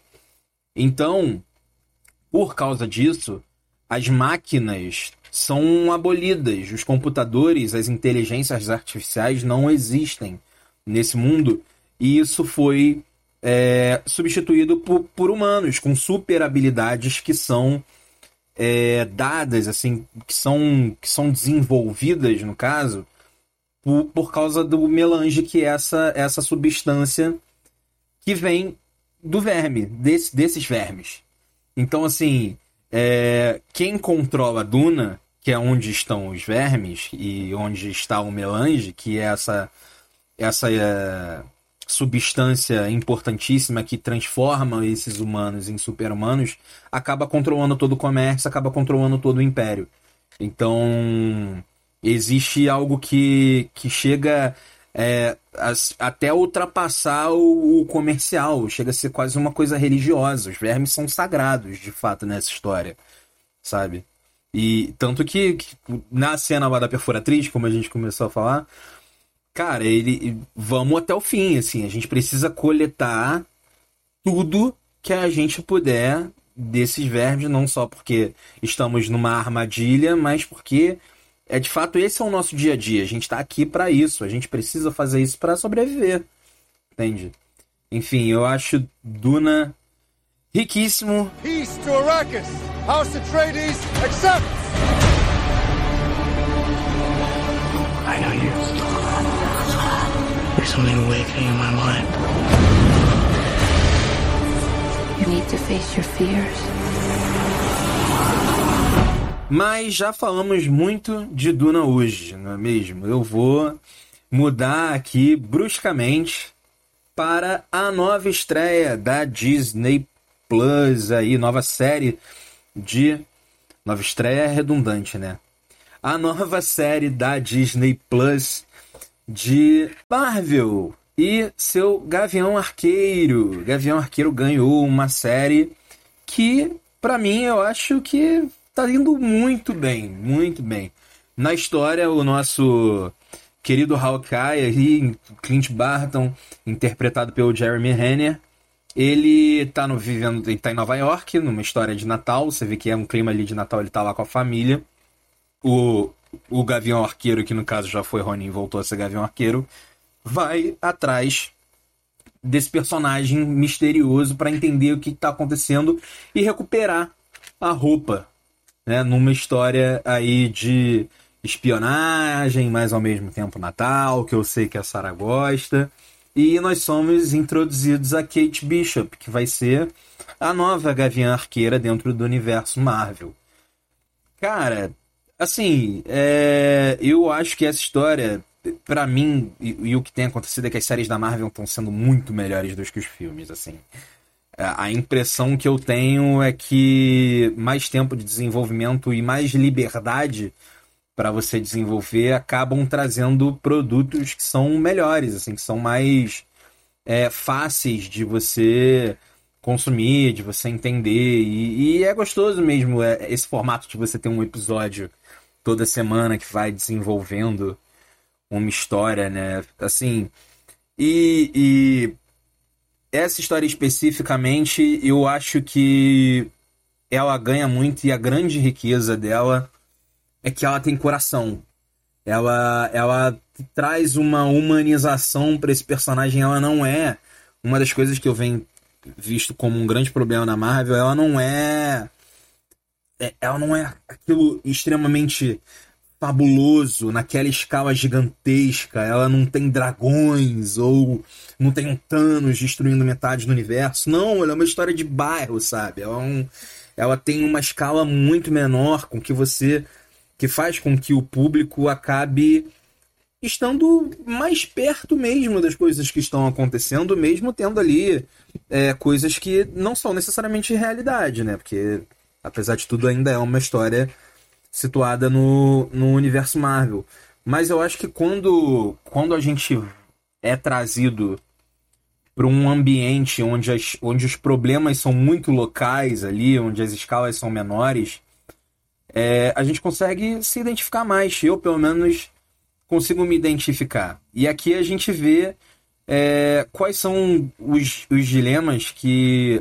Então, por causa disso, as máquinas são abolidas. Os computadores, as inteligências artificiais não existem nesse mundo. E isso foi é, substituído por, por humanos, com super habilidades que são é, dadas, assim, que são, que são desenvolvidas, no caso, por, por causa do melange, que é essa, essa substância que vem do verme, desse, desses vermes. Então, assim, é, quem controla a Duna, que é onde estão os vermes, e onde está o melange, que é essa... essa é, substância importantíssima que transforma esses humanos em super-humanos, acaba controlando todo o comércio, acaba controlando todo o império. Então, existe algo que, que chega é, as, até ultrapassar o, o comercial. Chega a ser quase uma coisa religiosa. Os vermes são sagrados, de fato, nessa história, sabe? E tanto que, que na cena lá da perfuratriz, como a gente começou a falar, cara, ele vamos até o fim, assim. A gente precisa coletar tudo que a gente puder desses vermes, não só porque estamos numa armadilha, mas porque é de fato esse é o nosso dia a dia. A gente tá aqui pra isso, a gente precisa fazer isso pra sobreviver, entende? Enfim, eu acho Duna riquíssimo. Peace to Arrakis. House Atreides accepts. I know you. There's something awakening in my mind. You need to face your fears. Mas já falamos muito de Duna hoje, não é mesmo? Eu vou mudar aqui bruscamente para a nova estreia da Disney Plus, aí, nova série de... Nova estreia é redundante, né? A nova série da Disney Plus de Marvel e seu Gavião Arqueiro. Gavião Arqueiro ganhou uma série que, pra mim, eu acho que tá indo muito bem, muito bem. Na história, o nosso querido Hawkeye, aí, Clint Barton, interpretado pelo Jeremy Renner, ele tá, no, vivendo, ele tá em Nova York, numa história de Natal. Você vê que é um clima ali de Natal, ele tá lá com a família. O, o Gavião Arqueiro, que no caso já foi Ronin, voltou a ser Gavião Arqueiro, vai atrás desse personagem misterioso para entender o que está acontecendo e recuperar a roupa, né, numa história aí de espionagem, mas ao mesmo tempo Natal, que eu sei que a Sarah gosta. E nós somos introduzidos a Kate Bishop, que vai ser a nova Gaviã Arqueira dentro do universo Marvel. Cara, assim, é... eu acho que essa história, pra mim, e, e o que tem acontecido é que as séries da Marvel estão sendo muito melhores do que os filmes, assim. A impressão que eu tenho é que mais tempo de desenvolvimento e mais liberdade para você desenvolver acabam trazendo produtos que são melhores, assim, que são mais é, fáceis de você consumir, de você entender. E, e é gostoso mesmo é, esse formato de você ter um episódio toda semana que vai desenvolvendo uma história, né? Assim, e, e essa história especificamente, eu acho que ela ganha muito, e a grande riqueza dela é que ela tem coração. Ela, ela traz uma humanização para esse personagem. Ela não é... Uma das coisas que eu venho visto como um grande problema na Marvel, ela não é... é ela não é aquilo extremamente fabuloso, naquela escala gigantesca. Ela não tem dragões, ou não tem um Thanos destruindo metade do universo. Não, ela é uma história de bairro, sabe? Ela, é um, ela tem uma escala muito menor, com que você... que faz com que o público acabe estando mais perto mesmo das coisas que estão acontecendo, mesmo tendo ali é, coisas que não são necessariamente realidade, né? Porque, apesar de tudo, ainda é uma história situada no, no universo Marvel. Mas eu acho que quando, quando a gente é trazido para um ambiente onde, as, onde os problemas são muito locais ali, onde as escalas são menores, É, a gente consegue se identificar mais. Eu, pelo menos, consigo me identificar. E aqui a gente vê é, quais são os, os dilemas que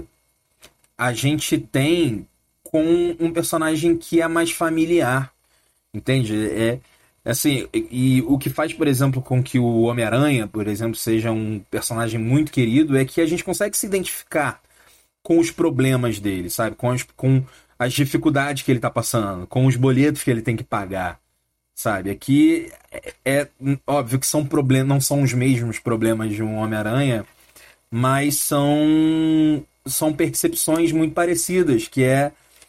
a gente tem com um personagem que é mais familiar. Entende? É, assim, e, e o que faz, por exemplo, com que o Homem-Aranha, por exemplo, seja um personagem muito querido, é que a gente consegue se identificar com os problemas dele, sabe? Com as... Com as dificuldades que ele tá passando, com os boletos que ele tem que pagar, sabe? Aqui é, é óbvio que são problemas, não são os mesmos problemas de um Homem-Aranha, mas são, são percepções muito parecidas, que é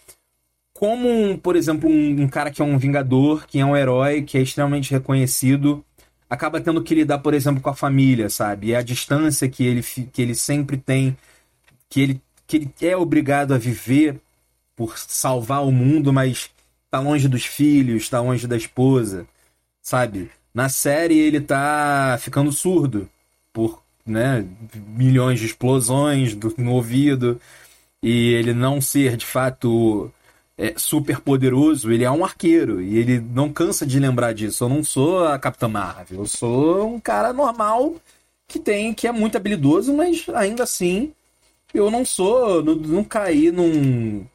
como, um, por exemplo, um, um cara que é um vingador, que é um herói, que é extremamente reconhecido, acaba tendo que lidar, por exemplo, com a família, sabe? E a distância que ele, que ele sempre tem, que ele, que ele é obrigado a viver por salvar o mundo, mas tá longe dos filhos, tá longe da esposa, sabe? Na série ele tá ficando surdo por, né, milhões de explosões do- no ouvido, e ele não ser de fato é, super poderoso, ele é um arqueiro e ele não cansa de lembrar disso. Eu não sou a Capitã Marvel, eu sou um cara normal que tem que é muito habilidoso, mas ainda assim eu não sou, não, não caí num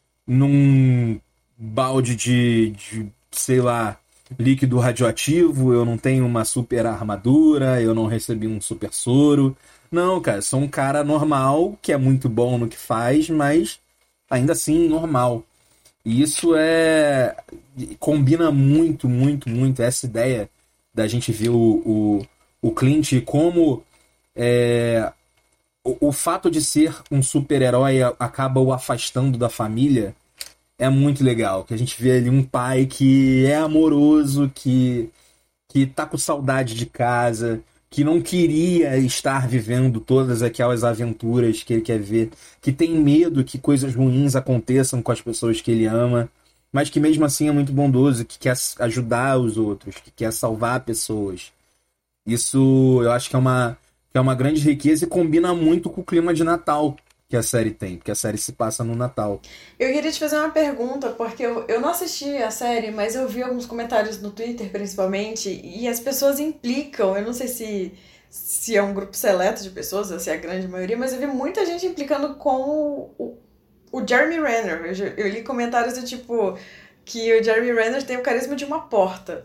num balde de, de, sei lá, líquido radioativo, eu não tenho uma super armadura, eu não recebi um super soro. Não, cara, sou um cara normal, que é muito bom no que faz, mas ainda assim normal. E isso é. Combina muito, muito, muito essa ideia da gente ver o, o, o Clint e como é, o, o fato de ser um super-herói acaba o afastando da família. É muito legal, que a gente vê ali um pai que é amoroso, que, que tá com saudade de casa, que não queria estar vivendo todas aquelas aventuras que ele quer ver, que tem medo que coisas ruins aconteçam com as pessoas que ele ama, mas que mesmo assim é muito bondoso, que quer ajudar os outros, que quer salvar pessoas. Isso eu acho que é uma, que é uma grande riqueza e combina muito com o clima de Natal que a série tem, porque a série se passa no Natal. Eu queria te fazer uma pergunta, porque eu, eu não assisti a série, mas eu vi alguns comentários no Twitter, principalmente, e as pessoas implicam, eu não sei se, se é um grupo seleto de pessoas, ou se é a grande maioria, mas eu vi muita gente implicando com o, o, o Jeremy Renner. Eu, eu li comentários do tipo que o Jeremy Renner tem o carisma de uma porta.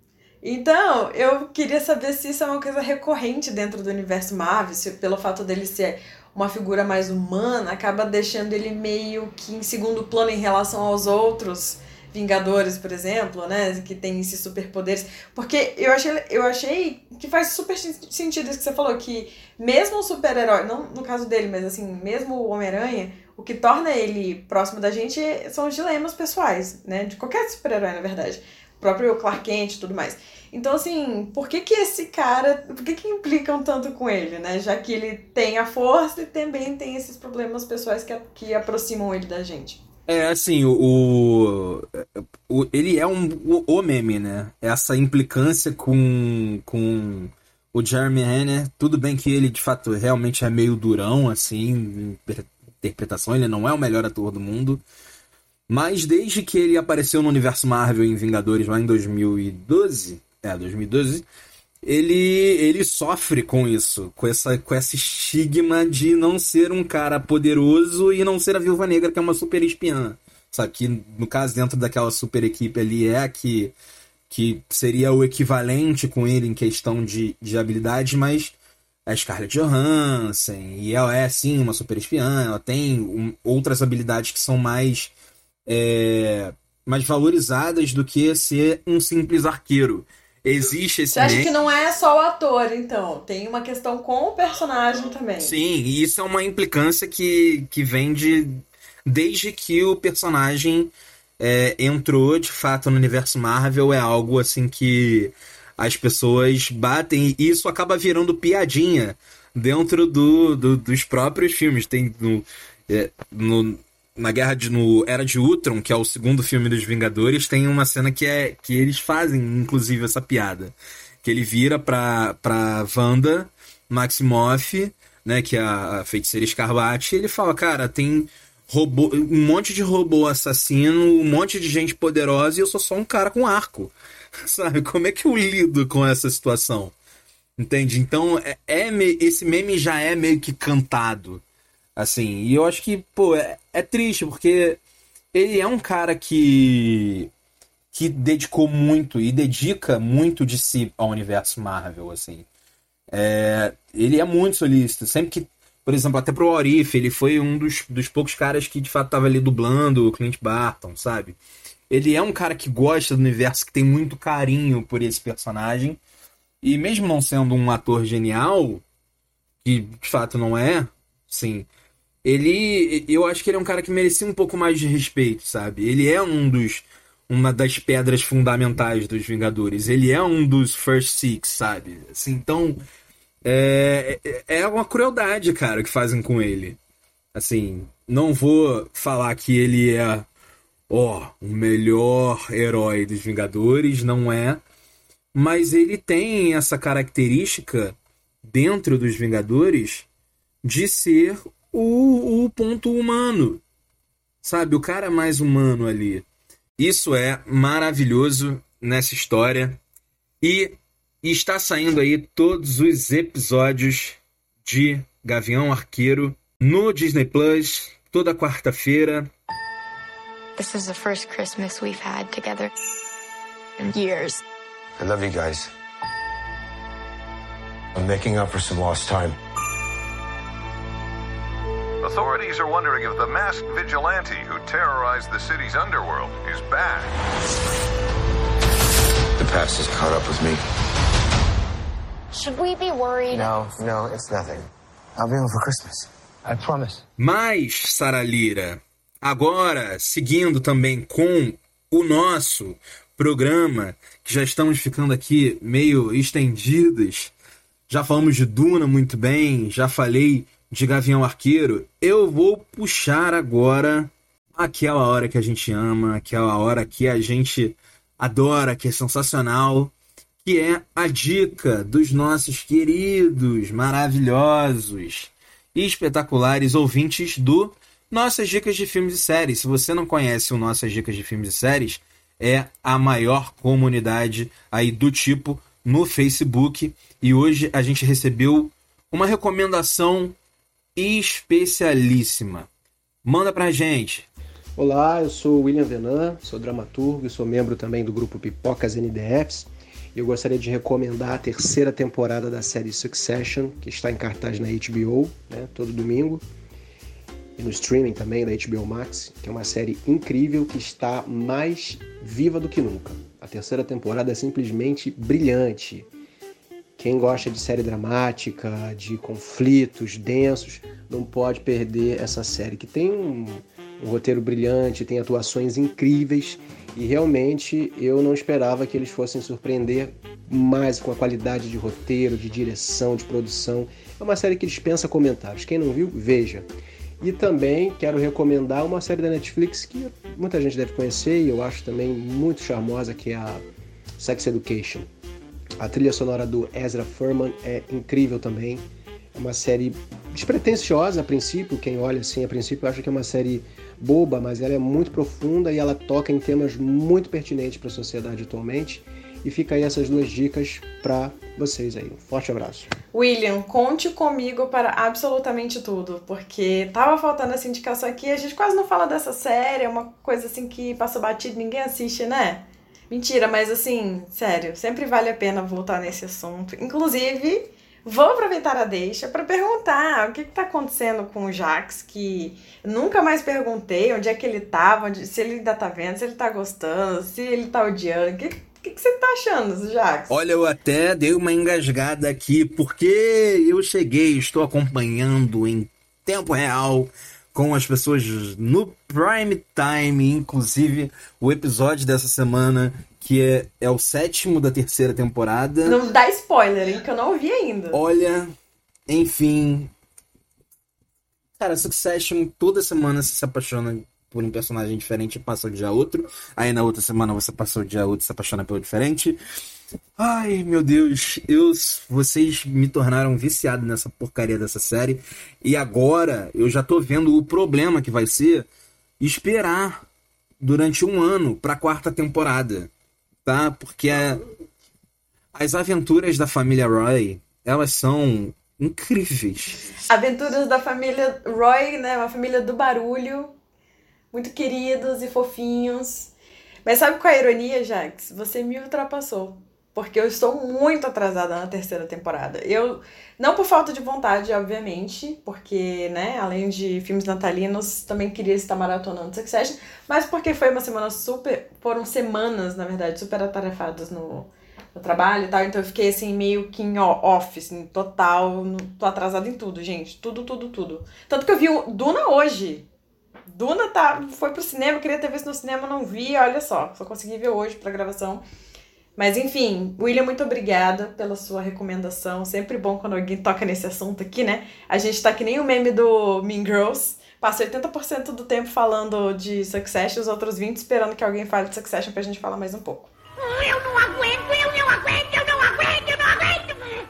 Então, eu queria saber se isso é uma coisa recorrente dentro do universo Marvel, se pelo fato dele ser uma figura mais humana, acaba deixando ele meio que em segundo plano em relação aos outros Vingadores, por exemplo, né, que tem esses superpoderes. Porque eu achei, eu achei que faz super sentido isso que você falou, que mesmo o super-herói, não no caso dele, mas assim, mesmo o Homem-Aranha, o que torna ele próximo da gente são os dilemas pessoais, né, de qualquer super-herói, na verdade. O próprio Clark Kent e tudo mais. Então, assim, por que que esse cara... Por que que implicam tanto com ele, né? Já que ele tem a força e também tem esses problemas pessoais que, que aproximam ele da gente. É, assim, o, o ele é um, o, o meme, né? Essa implicância com, com o Jeremy Renner. Tudo bem que ele, de fato, realmente é meio durão, assim, em interpretação. Ele não é o melhor ator do mundo. Mas desde que ele apareceu no universo Marvel em Vingadores lá em dois mil e doze... É, dois mil e doze... Ele, ele sofre com isso, com, essa, com esse estigma de não ser um cara poderoso e não ser a Viúva Negra, que é uma super espiã. Sabe, que no caso, dentro daquela super equipe ali, é a que, que seria o equivalente com ele em questão de, de habilidade, mas a Scarlett Johansson, e ela é, sim, uma super espiã, ela tem um, outras habilidades que são mais, é, mais valorizadas do que ser um simples arqueiro. Existe esse... Você acha que não é só o ator, então? Tem uma questão com o personagem também. Sim, e isso é uma implicância que, que vem de... Desde que o personagem é, entrou, de fato, no universo Marvel, é algo assim que as pessoas batem, e isso acaba virando piadinha dentro do, do, dos próprios filmes. Tem no... É, no Na Guerra de, no Era de Ultron, que é o segundo filme dos Vingadores, tem uma cena que é que eles fazem, inclusive, essa piada. Que ele vira pra, pra Wanda Maximoff, né, que é a, a feiticeira Escarlate, e ele fala, cara, tem robô, um monte de robô assassino, um monte de gente poderosa, e eu sou só um cara com arco. Sabe? Como é que eu lido com essa situação? Entende? Então, é, é, esse meme já é meio que cantado. Assim, e eu acho que, pô, é, é triste, porque ele é um cara que que dedicou muito e dedica muito de si ao universo Marvel, assim. É, ele é muito solícito, sempre que, por exemplo, até pro What If, ele foi um dos, dos poucos caras que, de fato, tava ali dublando o Clint Barton, sabe? Ele é um cara que gosta do universo, que tem muito carinho por esse personagem, e mesmo não sendo um ator genial, que, de fato, não é, sim... Ele, eu acho que ele é um cara que merecia um pouco mais de respeito, sabe? Ele é um dos, uma das pedras fundamentais dos Vingadores. Ele é um dos First Six, sabe? Assim, então, é, é uma crueldade, cara, que fazem com ele. Assim, não vou falar que ele é, ó, o melhor herói dos Vingadores, não é. mas ele tem essa característica dentro dos Vingadores de ser o, o ponto humano, sabe? O cara mais humano ali. Isso é maravilhoso nessa história. E está saindo aí todos os episódios de Gavião Arqueiro no Disney Plus, toda quarta-feira. This is the first Christmas we've had together in years. I love you guys. I'm making up for some lost time. Authorities are wondering if the masked vigilante who terrorized the city's underworld is back. The past has caught up with me. Should we be worried? No, no, it's nothing. I'll be home for Christmas. I promise. Mas, Sara Lira, agora, seguindo também com o nosso programa, que já estamos ficando aqui meio estendidos, já falamos de Duna muito bem, já falei de Gavião Arqueiro, eu vou puxar agora aquela hora que a gente ama, aquela hora que a gente adora, que é sensacional, que é a dica dos nossos queridos, maravilhosos e espetaculares ouvintes do Nossas Dicas de Filmes e Séries. Se você não conhece o Nossas Dicas de Filmes e Séries, é a maior comunidade aí do tipo no Facebook. E hoje a gente recebeu uma recomendação especialíssima. Manda pra gente. Olá, eu sou o William Venan, sou dramaturgo e sou membro também do grupo Pipocas N D Fs. Eu gostaria de recomendar a terceira temporada da série Succession, que está em cartaz na H B O, né, todo domingo. E no streaming também da H B O Max, que é uma série incrível que está mais viva do que nunca. A terceira temporada é simplesmente brilhante. Quem gosta de série dramática, de conflitos densos, não pode perder essa série, que tem um, um roteiro brilhante, tem atuações incríveis, e realmente eu não esperava que eles fossem surpreender mais com a qualidade de roteiro, de direção, de produção. É uma série que dispensa comentários. Quem não viu, veja. E também quero recomendar uma série da Netflix que muita gente deve conhecer e eu acho também muito charmosa, que é a Sex Education. A trilha sonora do Ezra Furman é incrível também. É uma série despretensiosa a princípio. Quem olha assim a princípio acha que é uma série boba, mas ela é muito profunda e ela toca em temas muito pertinentes para a sociedade atualmente. E fica aí essas duas dicas para vocês aí. Um forte abraço. William, conte comigo para absolutamente tudo, porque tava faltando essa indicação aqui, a gente quase não fala dessa série, é uma coisa assim que passa batido, ninguém assiste, né? Mentira, mas assim, sério, sempre vale a pena voltar nesse assunto. Inclusive, vou aproveitar a deixa para perguntar o que está acontecendo com o Jax, que nunca mais perguntei onde é que ele estava, se ele ainda tá vendo, se ele tá gostando, se ele tá odiando. O que, que, que você tá achando, Jax? Olha, eu até dei uma engasgada aqui, porque eu cheguei, estou acompanhando em tempo real com as pessoas no Prime Time, inclusive o episódio dessa semana, que é, é o sétimo da terceira temporada. Não dá spoiler, hein, que eu não ouvi ainda. Olha, enfim... Cara, Succession, toda semana você se apaixona por um personagem diferente e passa a odiar outro. Aí na outra semana você passa a odiar outro e se apaixona pelo diferente. Ai, meu Deus, eu, vocês me tornaram viciado nessa porcaria dessa série. E agora eu já tô vendo o problema que vai ser esperar durante um ano pra quarta temporada, tá? Porque a, as aventuras da família Roy, elas são incríveis. Aventuras da família Roy, né? Uma família do barulho, muito queridos e fofinhos. Mas sabe qual é a ironia, Jax? Você me ultrapassou. Porque eu estou muito atrasada na terceira temporada. Eu, não por falta de vontade, obviamente, porque, né, além de filmes natalinos, também queria estar maratonando Succession, mas porque foi uma semana super, foram semanas, na verdade, super atarefadas no, no trabalho e tal, então eu fiquei, assim, meio que em off, assim, total, no, tô atrasada em tudo, gente, tudo, tudo, tudo. Tanto que eu vi o Duna hoje. Duna tá, foi pro cinema, eu queria ter visto no cinema, não vi, olha só, só consegui ver hoje pra gravação. Mas enfim, William, muito obrigada pela sua recomendação. Sempre bom quando alguém toca nesse assunto aqui, né? A gente tá que nem o meme do Mean Girls. Passa oitenta por cento do tempo falando de Succession, os outros vinte por cento esperando que alguém fale de Succession pra gente falar mais um pouco. Eu não aguento, eu não aguento!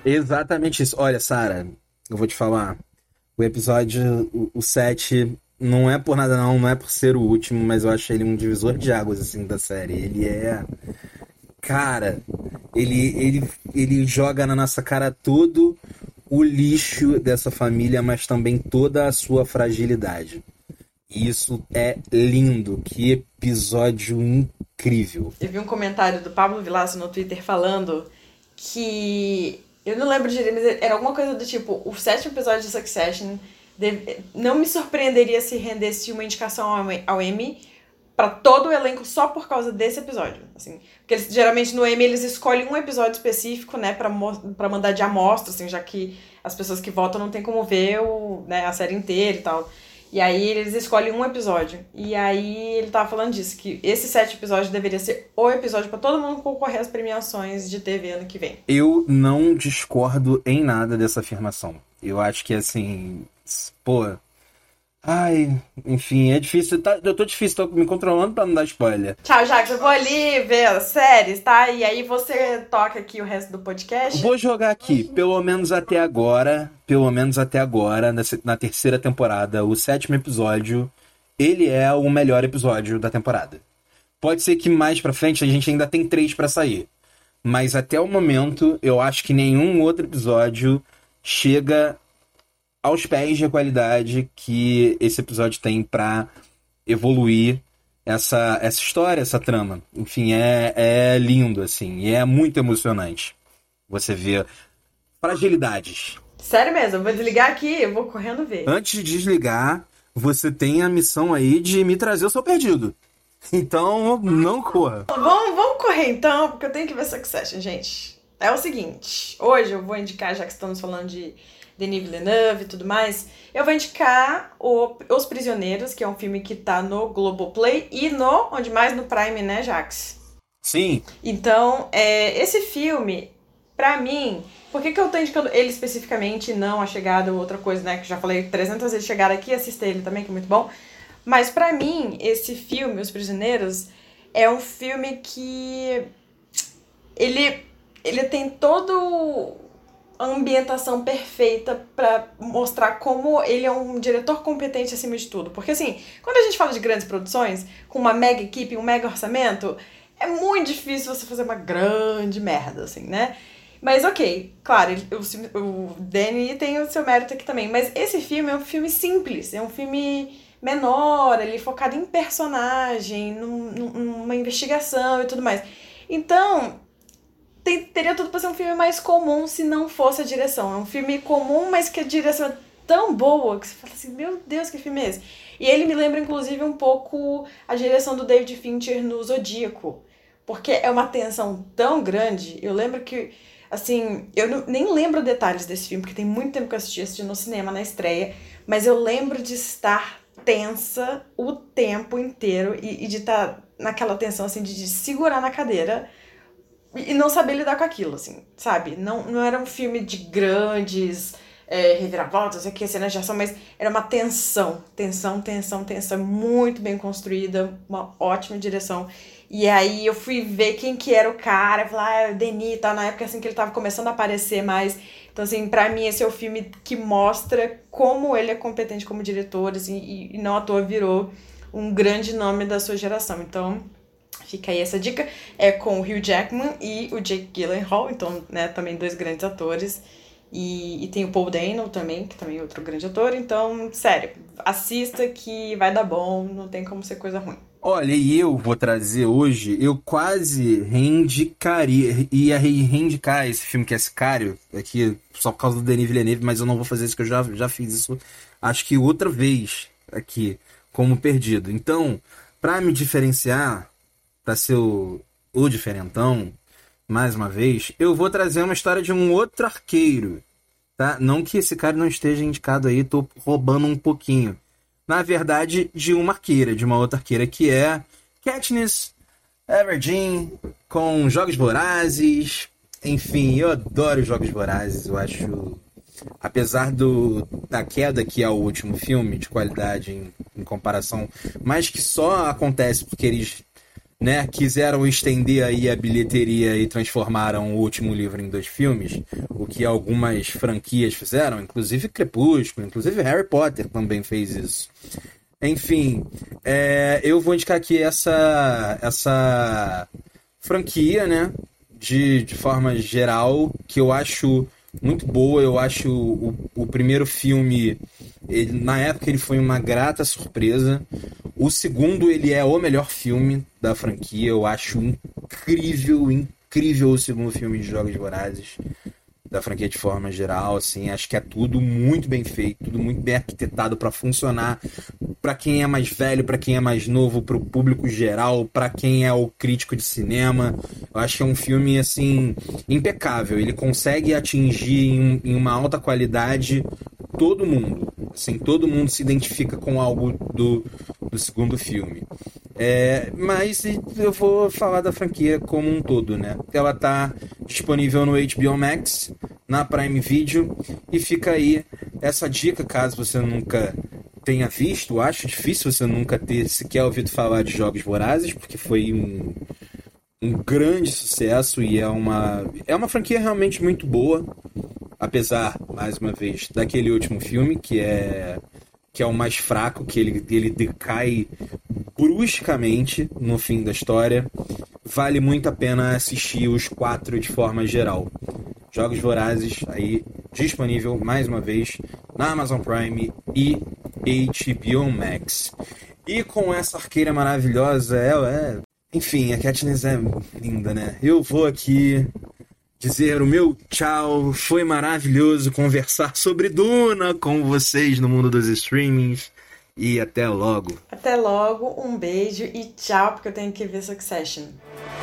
Exatamente isso. Olha, Sarah, eu vou te falar. O episódio, o, o sete, não é por nada não, não é por ser o último, mas eu acho ele um divisor de águas, assim, da série. Ele é... Cara, ele, ele, ele joga na nossa cara todo o lixo dessa família, mas também toda a sua fragilidade. E isso é lindo. Que episódio incrível. Eu vi um comentário do Pablo Vilaço no Twitter falando que... Eu não lembro direito, mas era alguma coisa do tipo... O sétimo episódio de Succession deve, não me surpreenderia se rendesse uma indicação ao Emmy pra todo o elenco só por causa desse episódio, assim. Porque eles, geralmente no Emmy eles escolhem um episódio específico, né, pra, pra mandar de amostra, assim, já que as pessoas que votam não tem como ver o, né, a série inteira e tal. E aí eles escolhem um episódio. E aí ele tava falando disso, que esse sétimo episódio deveria ser o episódio pra todo mundo concorrer às premiações de T V ano que vem. Eu não discordo em nada dessa afirmação. Eu acho que, assim, pô... Ai, enfim, é difícil, tá, eu tô difícil, tô me controlando pra não dar spoiler. Tchau, Jacques, eu vou ali ver as séries, tá? E aí você toca aqui o resto do podcast. Vou jogar aqui, pelo menos até agora, pelo menos até agora, na, na terceira temporada, o sétimo episódio, ele é o melhor episódio da temporada. Pode ser que mais pra frente a gente ainda tem três pra sair, mas até o momento eu acho que nenhum outro episódio chega aos pés de qualidade que esse episódio tem pra evoluir essa, essa história, essa trama. Enfim, é, é lindo, assim, e é muito emocionante. Você vê fragilidades. Sério mesmo, eu vou desligar aqui, eu vou correndo ver. Antes de desligar, você tem a missão aí de me trazer o seu perdido. Então, não corra. Vamos, vamos correr então, porque eu tenho que ver Succession, gente. É o seguinte, hoje eu vou indicar, já que estamos falando de Denis Villeneuve e tudo mais, eu vou indicar o Os Prisioneiros, que é um filme que tá no Globoplay e no, onde mais, no Prime, né, Jax? Sim. Então, é, esse filme, pra mim, por que que eu tô indicando ele especificamente e não A Chegada ou outra coisa, né, que já falei trezentas vezes chegar aqui, assista ele também, que é muito bom, mas pra mim, esse filme, Os Prisioneiros, é um filme que ele, ele tem todo... a ambientação perfeita pra mostrar como ele é um diretor competente acima de tudo. Porque, assim, quando a gente fala de grandes produções, com uma mega equipe, um mega orçamento, é muito difícil você fazer uma grande merda, assim, né? Mas, ok, claro, ele, o, o Danny tem o seu mérito aqui também, mas esse filme é um filme simples, é um filme menor, ele é focado em personagem, num, numa investigação e tudo mais. Então... Tem, teria tudo pra ser um filme mais comum se não fosse a direção. É um filme comum, mas que a direção é tão boa que você fala assim, meu Deus, que filme é esse? E ele me lembra, inclusive, um pouco a direção do David Fincher no Zodíaco. Porque é uma tensão tão grande. Eu lembro que, assim, eu não, nem lembro detalhes desse filme, porque tem muito tempo que eu assisti, assisti no cinema, na estreia. Mas eu lembro de estar tensa o tempo inteiro e, e de estar naquela tensão, assim, de, de segurar na cadeira... E não saber lidar com aquilo, assim, sabe? Não, não era um filme de grandes é, reviravoltas, aqui, cenas de ação, mas era uma tensão, tensão, tensão, tensão, muito bem construída, uma ótima direção. E aí eu fui ver quem que era o cara, falar, ah, é o Denis e tal, na época assim que ele tava começando a aparecer mais. Então, assim, pra mim esse é o filme que mostra como ele é competente como diretor, assim, e, e não à toa virou um grande nome da sua geração. Então... Fica aí essa dica, é com o Hugh Jackman e o Jake Gyllenhaal, então, né, também dois grandes atores. E, e tem o Paul Dano também, que também é outro grande ator. Então, sério, assista que vai dar bom, não tem como ser coisa ruim. Olha, e eu vou trazer hoje, eu quase reindicaria, ia reindicar esse filme que é Sicário, aqui, só por causa do Denis Villeneuve, mas eu não vou fazer isso, que eu já, já fiz isso, acho que outra vez aqui, como perdido. Então, pra me diferenciar... Pra ser o, o diferentão, mais uma vez, eu vou trazer uma história de um outro arqueiro, tá? Não que esse cara não esteja indicado aí, tô roubando um pouquinho. Na verdade, de uma arqueira, de uma outra arqueira, que é Katniss Everdeen, com Jogos Vorazes. Enfim, eu adoro Jogos Vorazes, eu acho... Apesar do, da queda que é o último filme, de qualidade em, em comparação, mas que só acontece porque eles... né, quiseram estender aí a bilheteria e transformaram o último livro em dois filmes, o que algumas franquias fizeram, inclusive Crepúsculo, inclusive Harry Potter também fez isso. Enfim, é, eu vou indicar aqui essa, essa franquia, né, de, de forma geral, que eu acho muito boa. Eu acho o, o primeiro filme, ele, na época ele foi uma grata surpresa. O segundo, ele é o melhor filme da franquia. Eu acho incrível, incrível o segundo filme de Jogos Vorazes da franquia de forma geral, assim. Acho que é tudo muito bem feito, tudo muito bem arquitetado para funcionar para quem é mais velho, para quem é mais novo, para o público geral, para quem é o crítico de cinema. Eu acho que é um filme, assim, impecável. Ele consegue atingir em, em uma alta qualidade todo mundo. Assim, todo mundo se identifica com algo do, do segundo filme. É, mas eu vou falar da franquia como um todo, né? Ela tá disponível no H B O Max, na Prime Video, e fica aí essa dica, caso você nunca tenha visto. Acho difícil você nunca ter sequer ouvido falar de Jogos Vorazes, porque foi um, um grande sucesso e é uma, é uma franquia realmente muito boa, apesar, mais uma vez, daquele último filme, que é... que é o mais fraco, que ele, ele decai bruscamente no fim da história. Vale muito a pena assistir os quatro de forma geral. Jogos Vorazes, aí disponível, mais uma vez, na Amazon Prime e H B O Max. E com essa arqueira maravilhosa, ela é... Enfim, a Katniss é linda, né? Eu vou aqui dizer o meu tchau. Foi maravilhoso conversar sobre Duna com vocês no mundo dos streamings. E até logo. Até logo, um beijo e tchau, porque eu tenho que ver Succession.